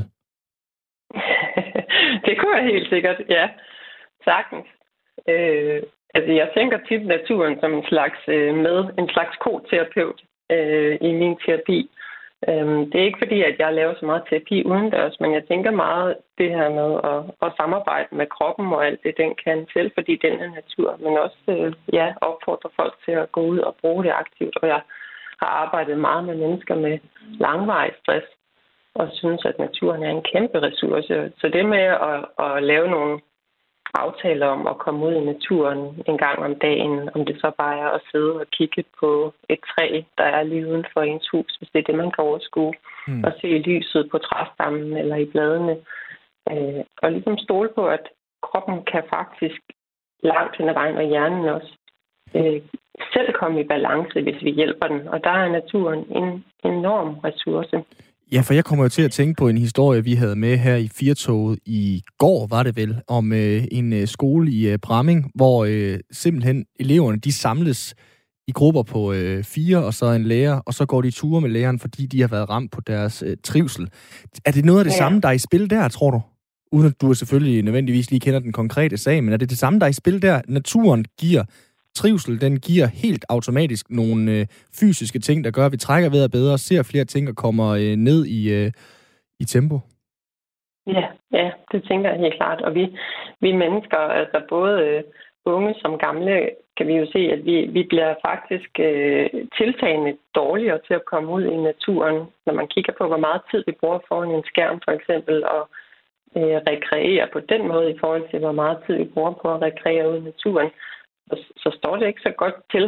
Det kunne jeg helt sikkert, ja. Sagtens. Altså, jeg tænker tit naturen som en slags koterapeut i min terapi. Det er ikke fordi, at jeg laver så meget terapi udendørs, men jeg tænker meget det her med at samarbejde med kroppen og alt det, den kan selv, fordi den er natur, men også opfordrer folk til at gå ud og bruge det aktivt. Og jeg har arbejdet meget med mennesker med langvarig stress, og synes, at naturen er en kæmpe ressource. Så det med at lave nogle aftaler om at komme ud i naturen en gang om dagen, om det så bare er at sidde og kigge på et træ, der er lige uden for ens hus, hvis det er det, man kan overskue, og se lyset på træstammen eller i bladene. Og ligesom stole på, at kroppen kan faktisk langt hen ad vejen, og hjernen også, selv komme i balance, hvis vi hjælper den. Og der er naturen en enorm ressource. Ja, for jeg kommer jo til at tænke på en historie, vi havde med her i Firtoget i går, var det vel, om en skole i Bramming, hvor simpelthen eleverne, de samles i grupper på 4, og så en lærer, og så går de ture med læreren, fordi de har været ramt på deres trivsel. Er det noget af det samme, der er i spil der, tror du? Uden at du selvfølgelig nødvendigvis lige kender den konkrete sag, men er det sammme, der er i spil der? Naturen giver trivsel, den giver helt automatisk nogle fysiske ting, der gør, at vi trækker vejret bedre, ser flere ting og kommer ned i tempo. Ja, det tænker jeg helt klart. Og vi mennesker, altså både unge som gamle, kan vi jo se, at vi bliver faktisk tiltagende dårligere til at komme ud i naturen, når man kigger på, hvor meget tid vi bruger foran en skærm for eksempel, og rekreere på den måde i forhold til, hvor meget tid vi bruger på at rekreere ud i naturen. Så står det ikke så godt til.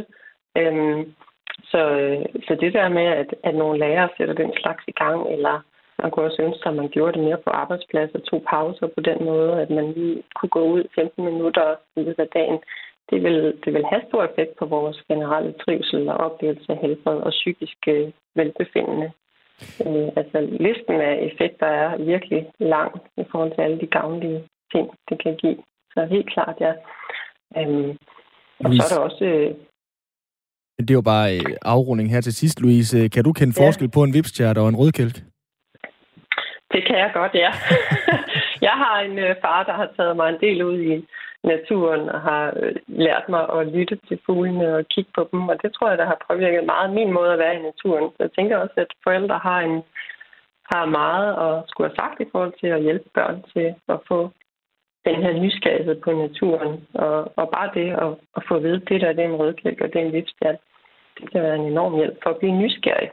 Så det der med, at nogle lærere sætter den slags i gang, eller man kunne også ønske, at man gjorde det mere på arbejdspladser, tog pauser på den måde, at man lige kunne gå ud 15 minutter i løbet af dagen. Det vil have stor effekt på vores generelle trivsel og oplevelse af helbred og psykisk velbefindende. Altså listen af effekter er virkelig lang i forhold til alle de gavnlige ting, det kan give. Så helt klart, ja. Og så er der også... det er jo bare afrunding her til sidst, Louise. Kan du kende forskel på en vipstjert og en rødkælk? Det kan jeg godt, ja. Jeg har en far, der har taget mig en del ud i naturen og har lært mig at lytte til fuglene og kigge på dem, og det tror jeg, der har påvirket meget min måde at være i naturen. Så jeg tænker også, at forældre har meget at skulle have sagt i forhold til at hjælpe børn til at få den her nysgerrighed på naturen, og bare det at få at vide, det der det er en rødkælk, og det er en vipstjert, det kan være en enorm hjælp for at blive nysgerrig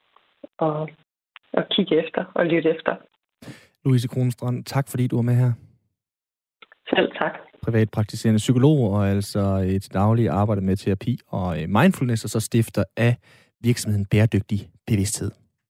og kigge efter og lytte efter. Louise Kronstrand, tak fordi du var med her. Selv tak. Privatpraktiserende psykolog og altså et dagligt arbejde med terapi og mindfulness, og så stifter af virksomheden Bæredygtig Bevidsthed.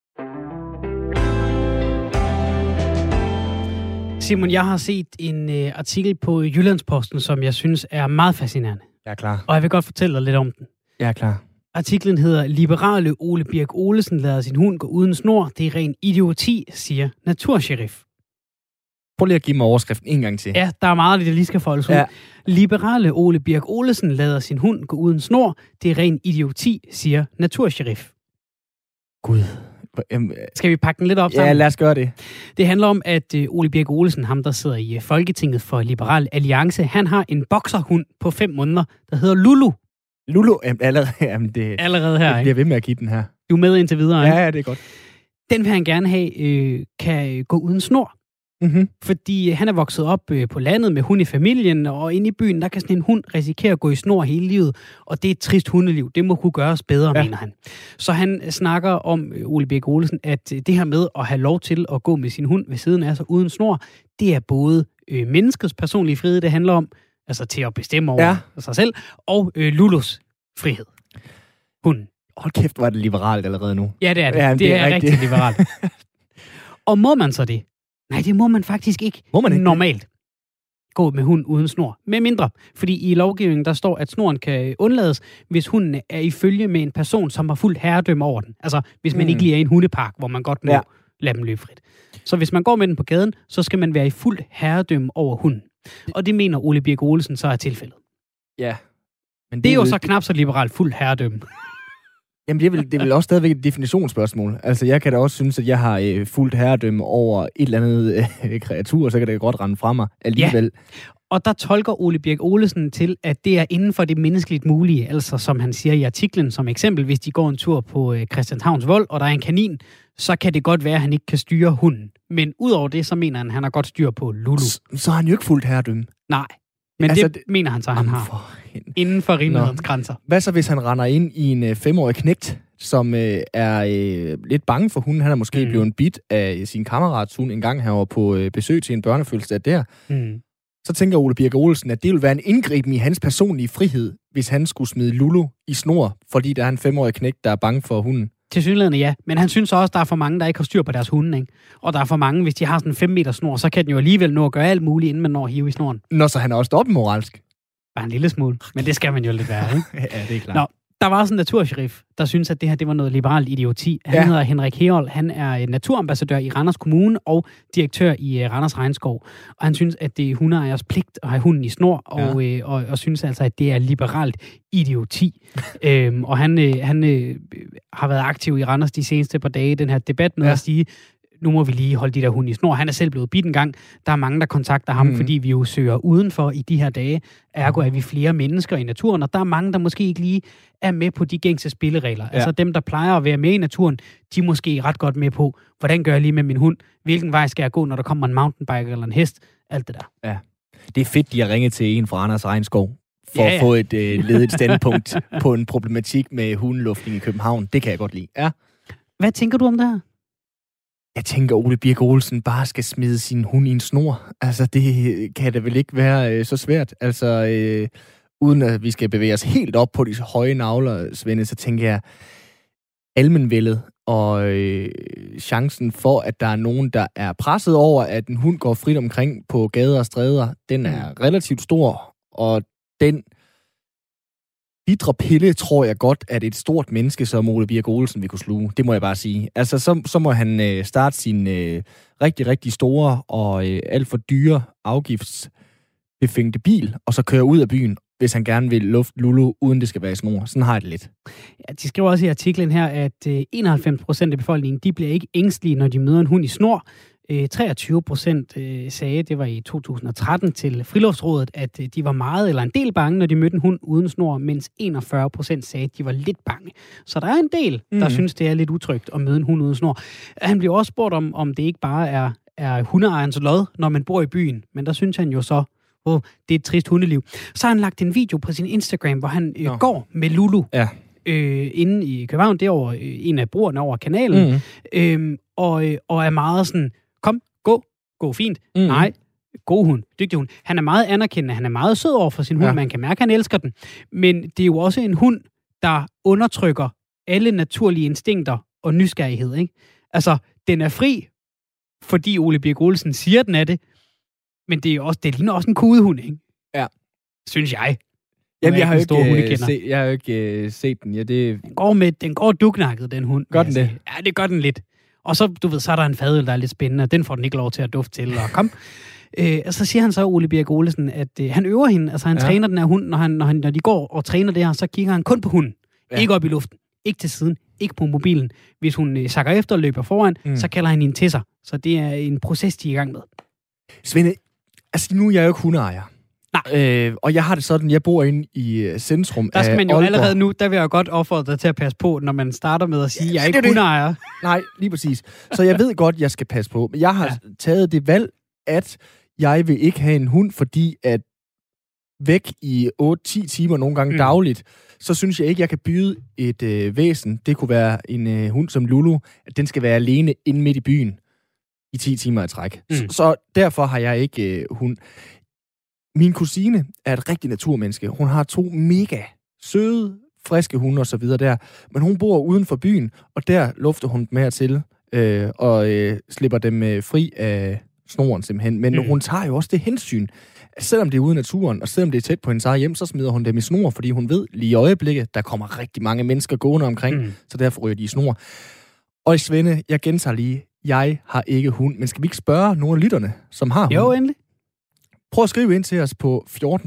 Simon, jeg har set en artikel på Jyllandsposten, som jeg synes er meget fascinerende. Jeg er klar. Og jeg vil godt fortælle dig lidt om den. Jeg er klar. Artiklen hedder: Liberale Ole Birk Olesen lader sin hund gå uden snor. Det er ren idioti, siger natursheriff. Prøv lige at give mig overskriften en gang til. Ja, der er meget, det lige skal foldes ud. Ja. Liberale Ole Birk Olesen lader sin hund gå uden snor. Det er ren idioti, siger natursheriff. Gud. Skal vi pakke den lidt op sammen? Ja, lad os gøre det. Det handler om, at Ole Birk Olesen, ham der sidder i Folketinget for Liberal Alliance, han har en bokserhund på 5 måneder, der hedder Lulu. Lulu? Allerede her, ikke? Jeg bliver ved med at give den her. Du er med indtil videre, ikke? Ja, det er godt. Den vil han gerne have, kan gå uden snor. Mm-hmm. Fordi han er vokset op på landet med hund i familien, og inde i byen, der kan sådan en hund risikere at gå i snor hele livet, og det er et trist hundeliv. Det må kunne gøres bedre, mener han. Så han snakker om, Ole Birk Olesen, at det her med at have lov til at gå med sin hund ved siden af sig uden snor, det er både menneskets personlige frihed, det handler om, altså til at bestemme over sig selv, og Lulus frihed. Hunden. Hold kæft, var det liberalt allerede nu. Ja, det er det. Ja, det er rigtig liberalt. Og må man så det? Nej, det må man faktisk ikke. Må man ikke normalt gå med hund uden snor. Med mindre. Fordi i lovgivningen, der står, at snoren kan undlades, hvis hunden er i følge med en person, som har fuldt herredømme over den. Altså, hvis man ikke lige er i en hundepark, hvor man godt må lade dem løbe frit. Så hvis man går med den på gaden, så skal man være i fuldt herredømme over hunden. Og det mener Ole Birk Olesen så er tilfældet. Ja. Men det er jo så knap så liberalt fuldt herredømme. Jamen, det er vel også stadigvæk et definitionsspørgsmål. Altså, jeg kan da også synes, at jeg har fuldt herredømme over et eller andet kreatur, så kan det godt rende fra mig alligevel. Ja. Og der tolker Ole Birk Olesen til, at det er inden for det menneskeligt mulige. Altså, som han siger i artiklen, som eksempel, hvis de går en tur på Christianshavns Vold, og der er en kanin, så kan det godt være, at han ikke kan styre hunden. Men udover det, så mener han har godt styr på Lulu. Så har han jo ikke fuldt herredømme. Nej, men altså, det mener han så, han har. Inden for rimelighedens grænser. Hvad så, hvis han render ind i en 5-årig knægt, som er lidt bange for hunden? Han er måske blevet bidt af sin kammerats hund, en gang han var på besøg til en børnefødselsdag der. Så tænker Ole Birk Olesen, at det ville være en indgriben i hans personlige frihed, hvis han skulle smide Lulu i snor, fordi der er en 5-årig knægt, der er bange for hunden. Tilsyneladende ja, men han synes også, der er for mange, der ikke har styr på deres hunde, ikke? Og der er for mange, hvis de har sådan en 5 meter snor, så kan den jo alligevel nå at gøre alt muligt, inden man når at hive i snoren. Nå, så han er også dobbeltmoralsk. Bare en lille smule, men det skal man jo lidt være, ikke? Ja, det er klart. Nå, der var også en natursheriff, der synes, at det her det var noget liberalt idioti. Han hedder Henrik Herold. Han er naturambassadør i Randers Kommune og direktør i Randers Regnskov. Og han synes, at det er hundeejers pligt at have hunden i snor, og synes altså, at det er liberalt idioti. Og han har været aktiv i Randers de seneste par dage, den her debat med at sige, nu må vi lige holde de der hunde i snor. Han er selv blevet bidt en gang. Der er mange, der kontakter ham, fordi vi jo søger udenfor i de her dage. Ergo er vi flere mennesker i naturen, og der er mange, der måske ikke lige er med på de gængse spilleregler. Ja. Altså dem, der plejer at være med i naturen, de er måske ret godt med på, hvordan gør jeg lige med min hund? Hvilken vej skal jeg gå, når der kommer en mountainbike eller en hest? Alt det der. Ja. Det er fedt, de har ringet til en fra Randers Regnskov for at få et ledet standpunkt på en problematik med hundeluftning i København. Det kan jeg godt lide. Ja. Hvad tænker du om det her? Jeg tænker, Ole Birk Olesen bare skal smide sin hund i en snor. Altså, det kan da vel ikke være så svært. Altså, uden at vi skal bevæge os helt op på de høje nagler, Svende, så tænker jeg, almenvældet og chancen for, at der er nogen, der er presset over, at en hund går frit omkring på gader og stræder, den er relativt stor, og den bitre pille, tror jeg godt, at et stort menneske som Ole Birk Olesen vil kunne sluge. Det må jeg bare sige. Altså, så må han starte sin rigtig, rigtig store og alt for dyre afgiftsbefængte bil, og så køre ud af byen, hvis han gerne vil lufte Lulu, uden det skal være i snor. Sådan har jeg det lidt. Ja, de skriver også i artiklen her, at 91% af befolkningen, de bliver ikke ængstelige, når de møder en hund i snor. 23% sagde, det var i 2013 til Friluftsrådet, at de var meget eller en del bange, når de mødte en hund uden snor, mens 41% sagde, at de var lidt bange. Så der er en del, der synes, det er lidt utrygt at møde en hund uden snor. Han bliver også spurgt om det ikke bare er hundeejerens lod, når man bor i byen, men der synes han jo så, det er et trist hundeliv. Så har han lagt en video på sin Instagram, hvor han går med Lulu inde i København, derovre en af broerne over kanalen, og er meget sådan, kom, gå fint. Nej, god hund, dygtig hund. Han er meget anerkendende, han er meget sød over for sin hund, man kan mærke, at han elsker den. Men det er jo også en hund, der undertrykker alle naturlige instinkter og nysgerrighed, ikke? Altså, den er fri, fordi Ole Birk Olesen siger, den er det, men det ligner også en kudehund, ikke? Ja. Synes jeg. Jamen, jeg har jo ikke set den. Ja, det... Den går duknakket, den hund. Gør den det? Ja, det gør den lidt. Og så, du ved, så er der en fadøl, der er lidt spændende, og den får den ikke lov til at dufte til, og kom. Og så siger han så, Ole Birk Olesen, at han øver hende, altså han træner den her hund, når de går og træner det her, så kigger han kun på hunden. Ja. Ikke op i luften, ikke til siden, ikke på mobilen. Hvis hun sakker efter og løber foran, så kalder han hende til sig. Så det er en proces, de er i gang med. Svende, altså nu er jeg jo ikke hundeejer. Nej. Og jeg har det sådan, jeg bor inde i centrum af Der skal man jo Aalborg. allerede nu, der vil jeg godt opfordre dig til at passe på, når man starter med at sige, jeg er ikke hundeejer. Nej, lige præcis. Så jeg ved godt, jeg skal passe på. Men jeg har taget det valg, at jeg vil ikke have en hund, fordi at væk i 8-10 timer nogle gange dagligt, så synes jeg ikke, jeg kan byde et væsen. Det kunne være en hund som Lulu, at den skal være alene inde midt i byen i 10 timer i træk. Så derfor har jeg ikke hund. Min kusine er et rigtigt naturmenneske. Hun har 2 mega søde, friske hunde og så videre der. Men hun bor uden for byen, og der lufter hun dem hertil og slipper dem fri af snoren simpelthen. Men hun tager jo også det hensyn. Selvom det er ude i naturen, og selvom det er tæt på hendes eget hjem, så smider hun dem i snor, fordi hun ved lige i øjeblikket, der kommer rigtig mange mennesker gående omkring, så derfor ryger de i snor. Og i Svende, jeg gentager lige, jeg har ikke hund, men skal vi ikke spørge nogle af lytterne, som har hund? Jo, endelig. Prøv at skrive ind til os på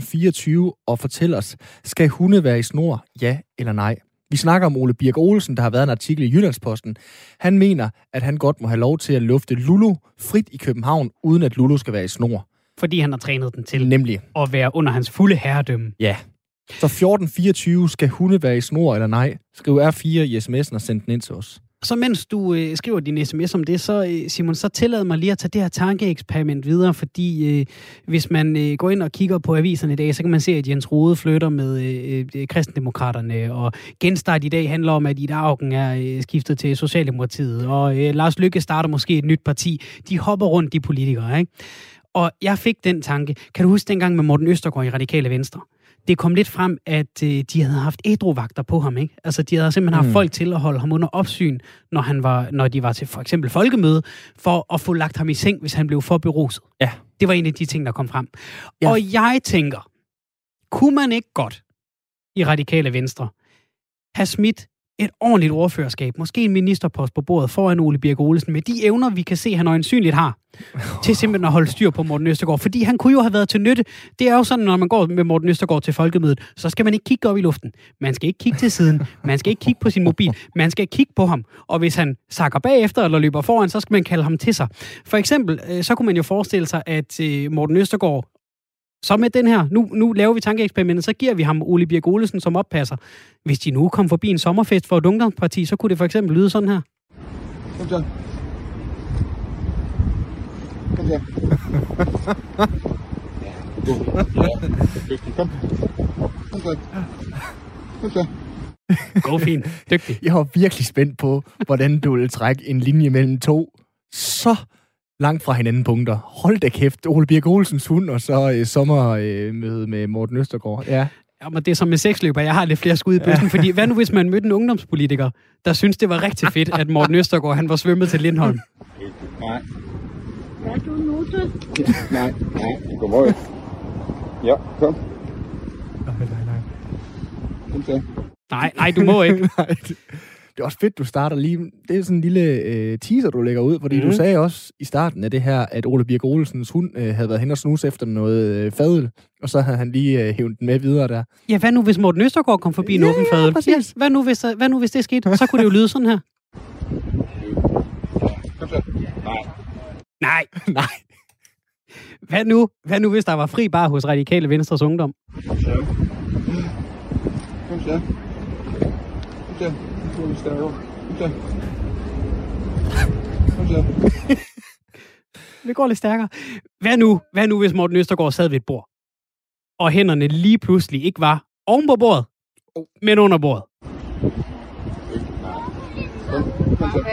1424 og fortæl os, skal hunde være i snor, ja eller nej? Vi snakker om Ole Birk Olesen, der har været en artikel i Jyllandsposten. Han mener, at han godt må have lov til at lufte Lulu frit i København, uden at Lulu skal være i snor. Fordi han har trænet den til nemlig at være under hans fulde herredømme. Ja. Så 1424, skal hunde være i snor eller nej? Skriv R4 i sms'en og send den ind til os. Så mens du skriver din sms om det, så Simon, så tillad mig lige at tage det her tankeeksperiment videre, fordi hvis man går ind og kigger på aviserne i dag, så kan man se, at Jens Rohde flytter med kristendemokraterne, og Genstart i dag handler om, at Ida Auken er skiftet til Socialdemokratiet, og Lars Løkke starter måske et nyt parti. De hopper rundt, de politikere, ikke? Og jeg fik den tanke. Kan du huske dengang med Morten Østergaard i Radikale Venstre? Det kom lidt frem, at de havde haft ædruvagter på ham, ikke? Altså, de havde simpelthen haft folk til at holde ham under opsyn, når de var til for eksempel folkemøde, for at få lagt ham i seng, hvis han blev for beruset. Ja. Det var en af de ting, der kom frem. Ja. Og jeg tænker, kunne man ikke godt i Radikale Venstre have smidt et ordentligt ordførerskab, måske en ministerpost på bordet foran Ole Birk Olesen, med de evner, vi kan se, han øjensynligt har, til simpelthen at holde styr på Morten Østergaard. Fordi han kunne jo have været til nytte. Det er jo sådan, når man går med Morten Østergaard til folkemødet, så skal man ikke kigge op i luften. Man skal ikke kigge til siden. Man skal ikke kigge på sin mobil. Man skal kigge på ham. Og hvis han sakker bagefter eller løber foran, så skal man kalde ham til sig. For eksempel, så kunne man jo forestille sig, at Morten Østergaard, så med den her, nu laver vi tankeeksperimentet, så giver vi ham Ole Birk Olesen som oppasser. Hvis de nu kom forbi en sommerfest for et ungdomsparti, så kunne det for eksempel lyde sådan her. Kom så. Kom så. Kom. Kom så. Kom så. Gå fint. Dygtig. Jeg var virkelig spændt på, hvordan du ville trække en linje mellem to så langt fra hinanden punkter. Hold da kæft, Ole Birk Olsens hund, og så sommermøde med Morten Østergaard. Ja. Ja, men det er som med seksløber. Jeg har lidt flere skud i bøssen, fordi hvad nu, hvis man mødte en ungdomspolitiker, der synes det var rigtig fedt, at Morten Østergaard, han var svømmet til Lindholm? Nej. Er du nuttet? Nej. Godmorgen. Ja, kom. Nej. Kom så. Nej, du må ikke. det er også fedt, du starter lige... Det er sådan en lille teaser, du lægger ud, fordi du sagde også i starten af det her, at Ole Birk Olsens hund havde været hen og snuse efter noget fadøl, og så havde han lige hævet den med videre der. Ja, hvad nu, hvis Morten Østergaard kom forbi en åben fadøl? Præcis. Ja, hvad nu, hvis det skete? Så kunne det jo lyde sådan her. Nej. Hvad nu, hvis der var fri bar hos Radikale Venstres Ungdom? Kom så. Det går lidt stærkere. Hvad nu, hvis Morten Østergaard sad ved et bord, og hænderne lige pludselig ikke var oven på bordet, men under bordet? Kom så.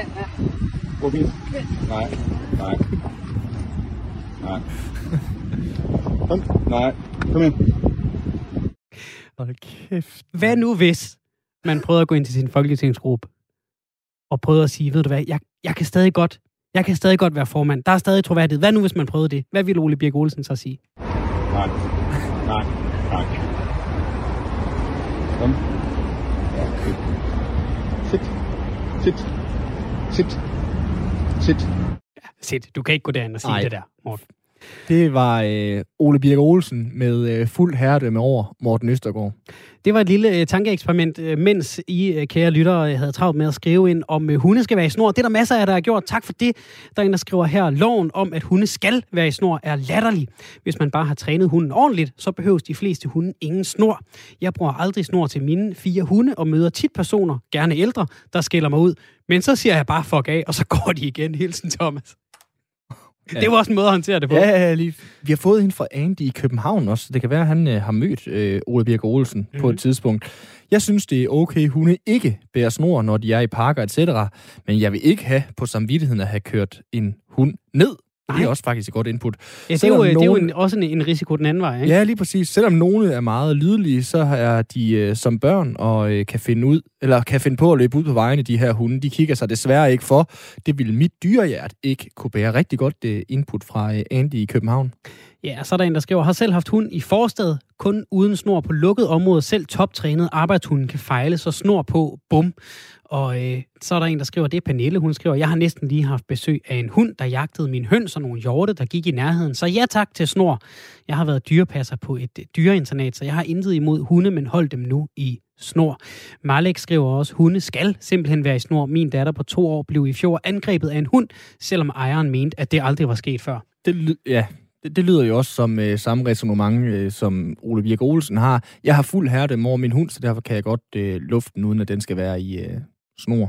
Nej. Nej. Kom ind. Hold kæft. Hvad nu, hvis man prøvede at gå ind til sin folketingsgruppe, og prøvede at sige, ved du hvad, jeg kan stadig godt være formand. Der er stadig troværdighed. Hvad nu, hvis man prøvede det? Hvad ville Ole Birk Olsen så sige? Nej. Kom. Sit. Sit. Du kan ikke gå derind og sige det der, Morten. Det var Ole Birk Olsen med fuld herredømme over Morten Østergaard. Det var et lille tankeeksperiment, mens I, kære lyttere, havde travlt med at skrive ind, om hunde skal være i snor. Det er der masser af, der har gjort. Tak for det. Der er en, der skriver her, loven om, at hunde skal være i snor, er latterlig. Hvis man bare har trænet hunden ordentligt, så behøves de fleste hunde ingen snor. Jeg bruger aldrig snor til mine 4 hunde, og møder tit personer, gerne ældre, der skælder mig ud. Men så siger jeg bare fuck af, og så går de igen. Hilsen Thomas. Ja. Det var også en måde at håndtere det på. Ja, lige. Vi har fået hende fra Andy i København også. Det kan være, at han har mødt Ole Birk Olsen på et tidspunkt. Jeg synes, det er okay, hunde ikke bærer snor, når de er i parker, etc. Men jeg vil ikke have på samvittigheden at have kørt en hund ned. Nej. Det er også faktisk et godt input. Ja, det er jo også en risiko den anden vej, ikke? Ja, lige præcis. Selvom nogle er meget lydlige, så er de som børn og kan finde på at løbe ud på vejene, de her hunde. De kigger sig desværre ikke for. Det vil mit dyrehjert ikke kunne bære. Rigtig godt input fra Andy i København. Ja, så er der en, der skriver, har selv haft hund i forstad, kun uden snor på lukket område. Selv toptrænet arbejdshunden kan fejle, så snor på, bum. Og så er der en, der skriver, det er Pernille, hun skriver, jeg har næsten lige haft besøg af en hund, der jagtede min høns og nogle hjorte, der gik i nærheden. Så ja tak til snor. Jeg har været dyrepasser på et dyreinternat, så jeg har intet imod hunde, men hold dem nu i snor. Malek skriver også, hunde skal simpelthen være i snor. Min datter på 2 år blev i fjor angrebet af en hund, selvom ejeren mente, at det aldrig var sket før. Det lyder jo også som samme ræsonnement, som Ole Birk Olsen har. Jeg har fuld herredømme over min hund, så derfor kan jeg godt lufte den, uden at den skal være i snor.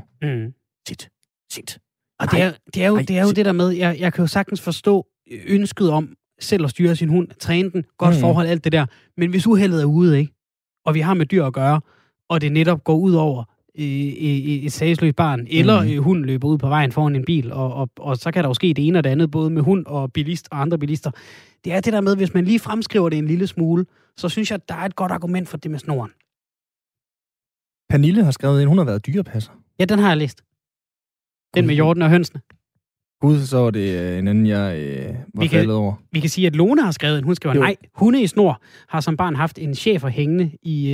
Sit. Og det er jo det der med, jeg kan jo sagtens forstå ønsket om selv at styre sin hund, træne den, godt forhold, alt det der. Men hvis uheldet er ude, ikke, og vi har med dyr at gøre, og det netop går ud over et sagsløst barn, eller hunden løber ud på vejen foran en bil, og så kan der jo ske det ene og det andet, både med hund og bilist og andre bilister. Det er det der med, hvis man lige fremskriver det en lille smule, så synes jeg, at der er et godt argument for det med snoren. Pernille har skrevet ind, hun har været dyrepasser. Ja, den har jeg læst. Den med hjorten og hønsene. Gud, så var det en anden, jeg var faldet over. Vi kan sige, at Lone har skrevet, hun skriver, nej, hunde i snor har som barn haft en chefer hængende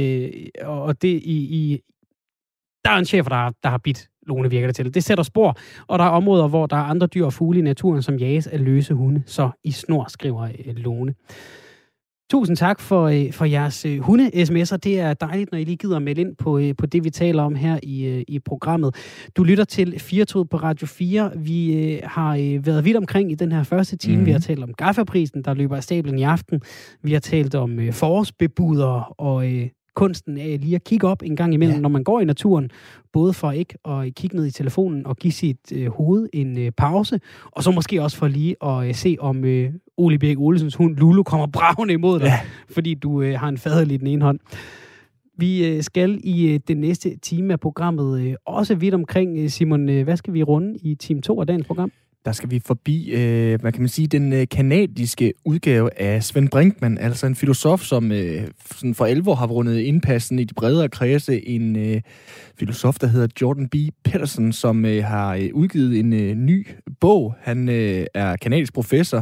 der er en chefer, der har bidt Lone, virker det til. Det sætter spor, og der er områder, hvor der er andre dyr og fugle i naturen, som jages af løse hunde. Så i snor, skriver Lone. Tusind tak for jeres hunde-sms'er. Det er dejligt, når I lige gider melde ind på det, vi taler om her i programmet. Du lytter til 4-toget på Radio 4. Vi har været vidt omkring i den her første time. Vi har talt om Gaffaprisen, der løber af stablen i aften. Vi har talt om forårsbebuder og kunsten af lige at kigge op en gang imellem, når man går i naturen, både for ikke at kigge ned i telefonen og give sit hoved en pause, og så måske også for lige at se, om Ole Birk Olsens hund Lulu kommer bravende imod dig, fordi du har en fadøl i den ene hånd. Vi skal i den næste time af programmet også vidt omkring, Simon, hvad skal vi runde i time 2 af dagens program? Der skal vi forbi, hvad kan man sige, den kanadiske udgave af Svend Brinkmann, altså en filosof, som sådan for alvor har vundet indpassen i de bredere kredse. En filosof, der hedder Jordan B. Peterson, som har udgivet en ny bog. Han er kanadisk professor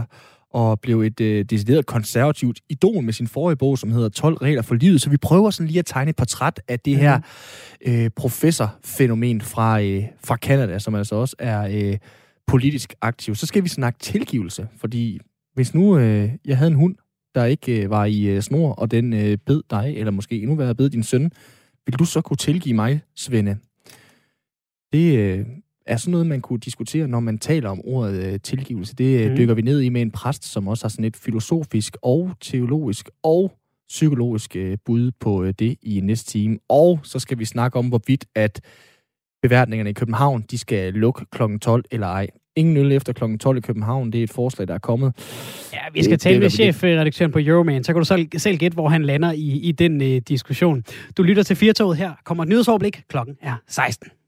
og blev et decideret konservativt idol med sin forrige bog, som hedder 12 regler for livet. Så vi prøver sådan lige at tegne et portræt af det her professorfænomen fra Canada, som altså også er politisk aktiv. Så skal vi snakke tilgivelse, fordi hvis nu jeg havde en hund, der ikke var i snor, og den bed dig, eller måske endnu værre bed din søn, vil du så kunne tilgive mig, Svende? Det er sådan noget, man kunne diskutere, når man taler om ordet tilgivelse. Det dykker vi ned i med en præst, som også har sådan et filosofisk og teologisk og psykologisk bud på det i næste time. Og så skal vi snakke om, hvorvidt at beværtningerne i København, de skal lukke kl. 12 eller ej. Ingen øl efter kl. 12 i København. Det er et forslag, der er kommet. Ja, vi skal tale med chefredaktøren på Euroman. Så kan du selv gætte, hvor han lander i den diskussion. Du lytter til Firtoget her. Kommer et nyhedsoverblik. Klokken er 16.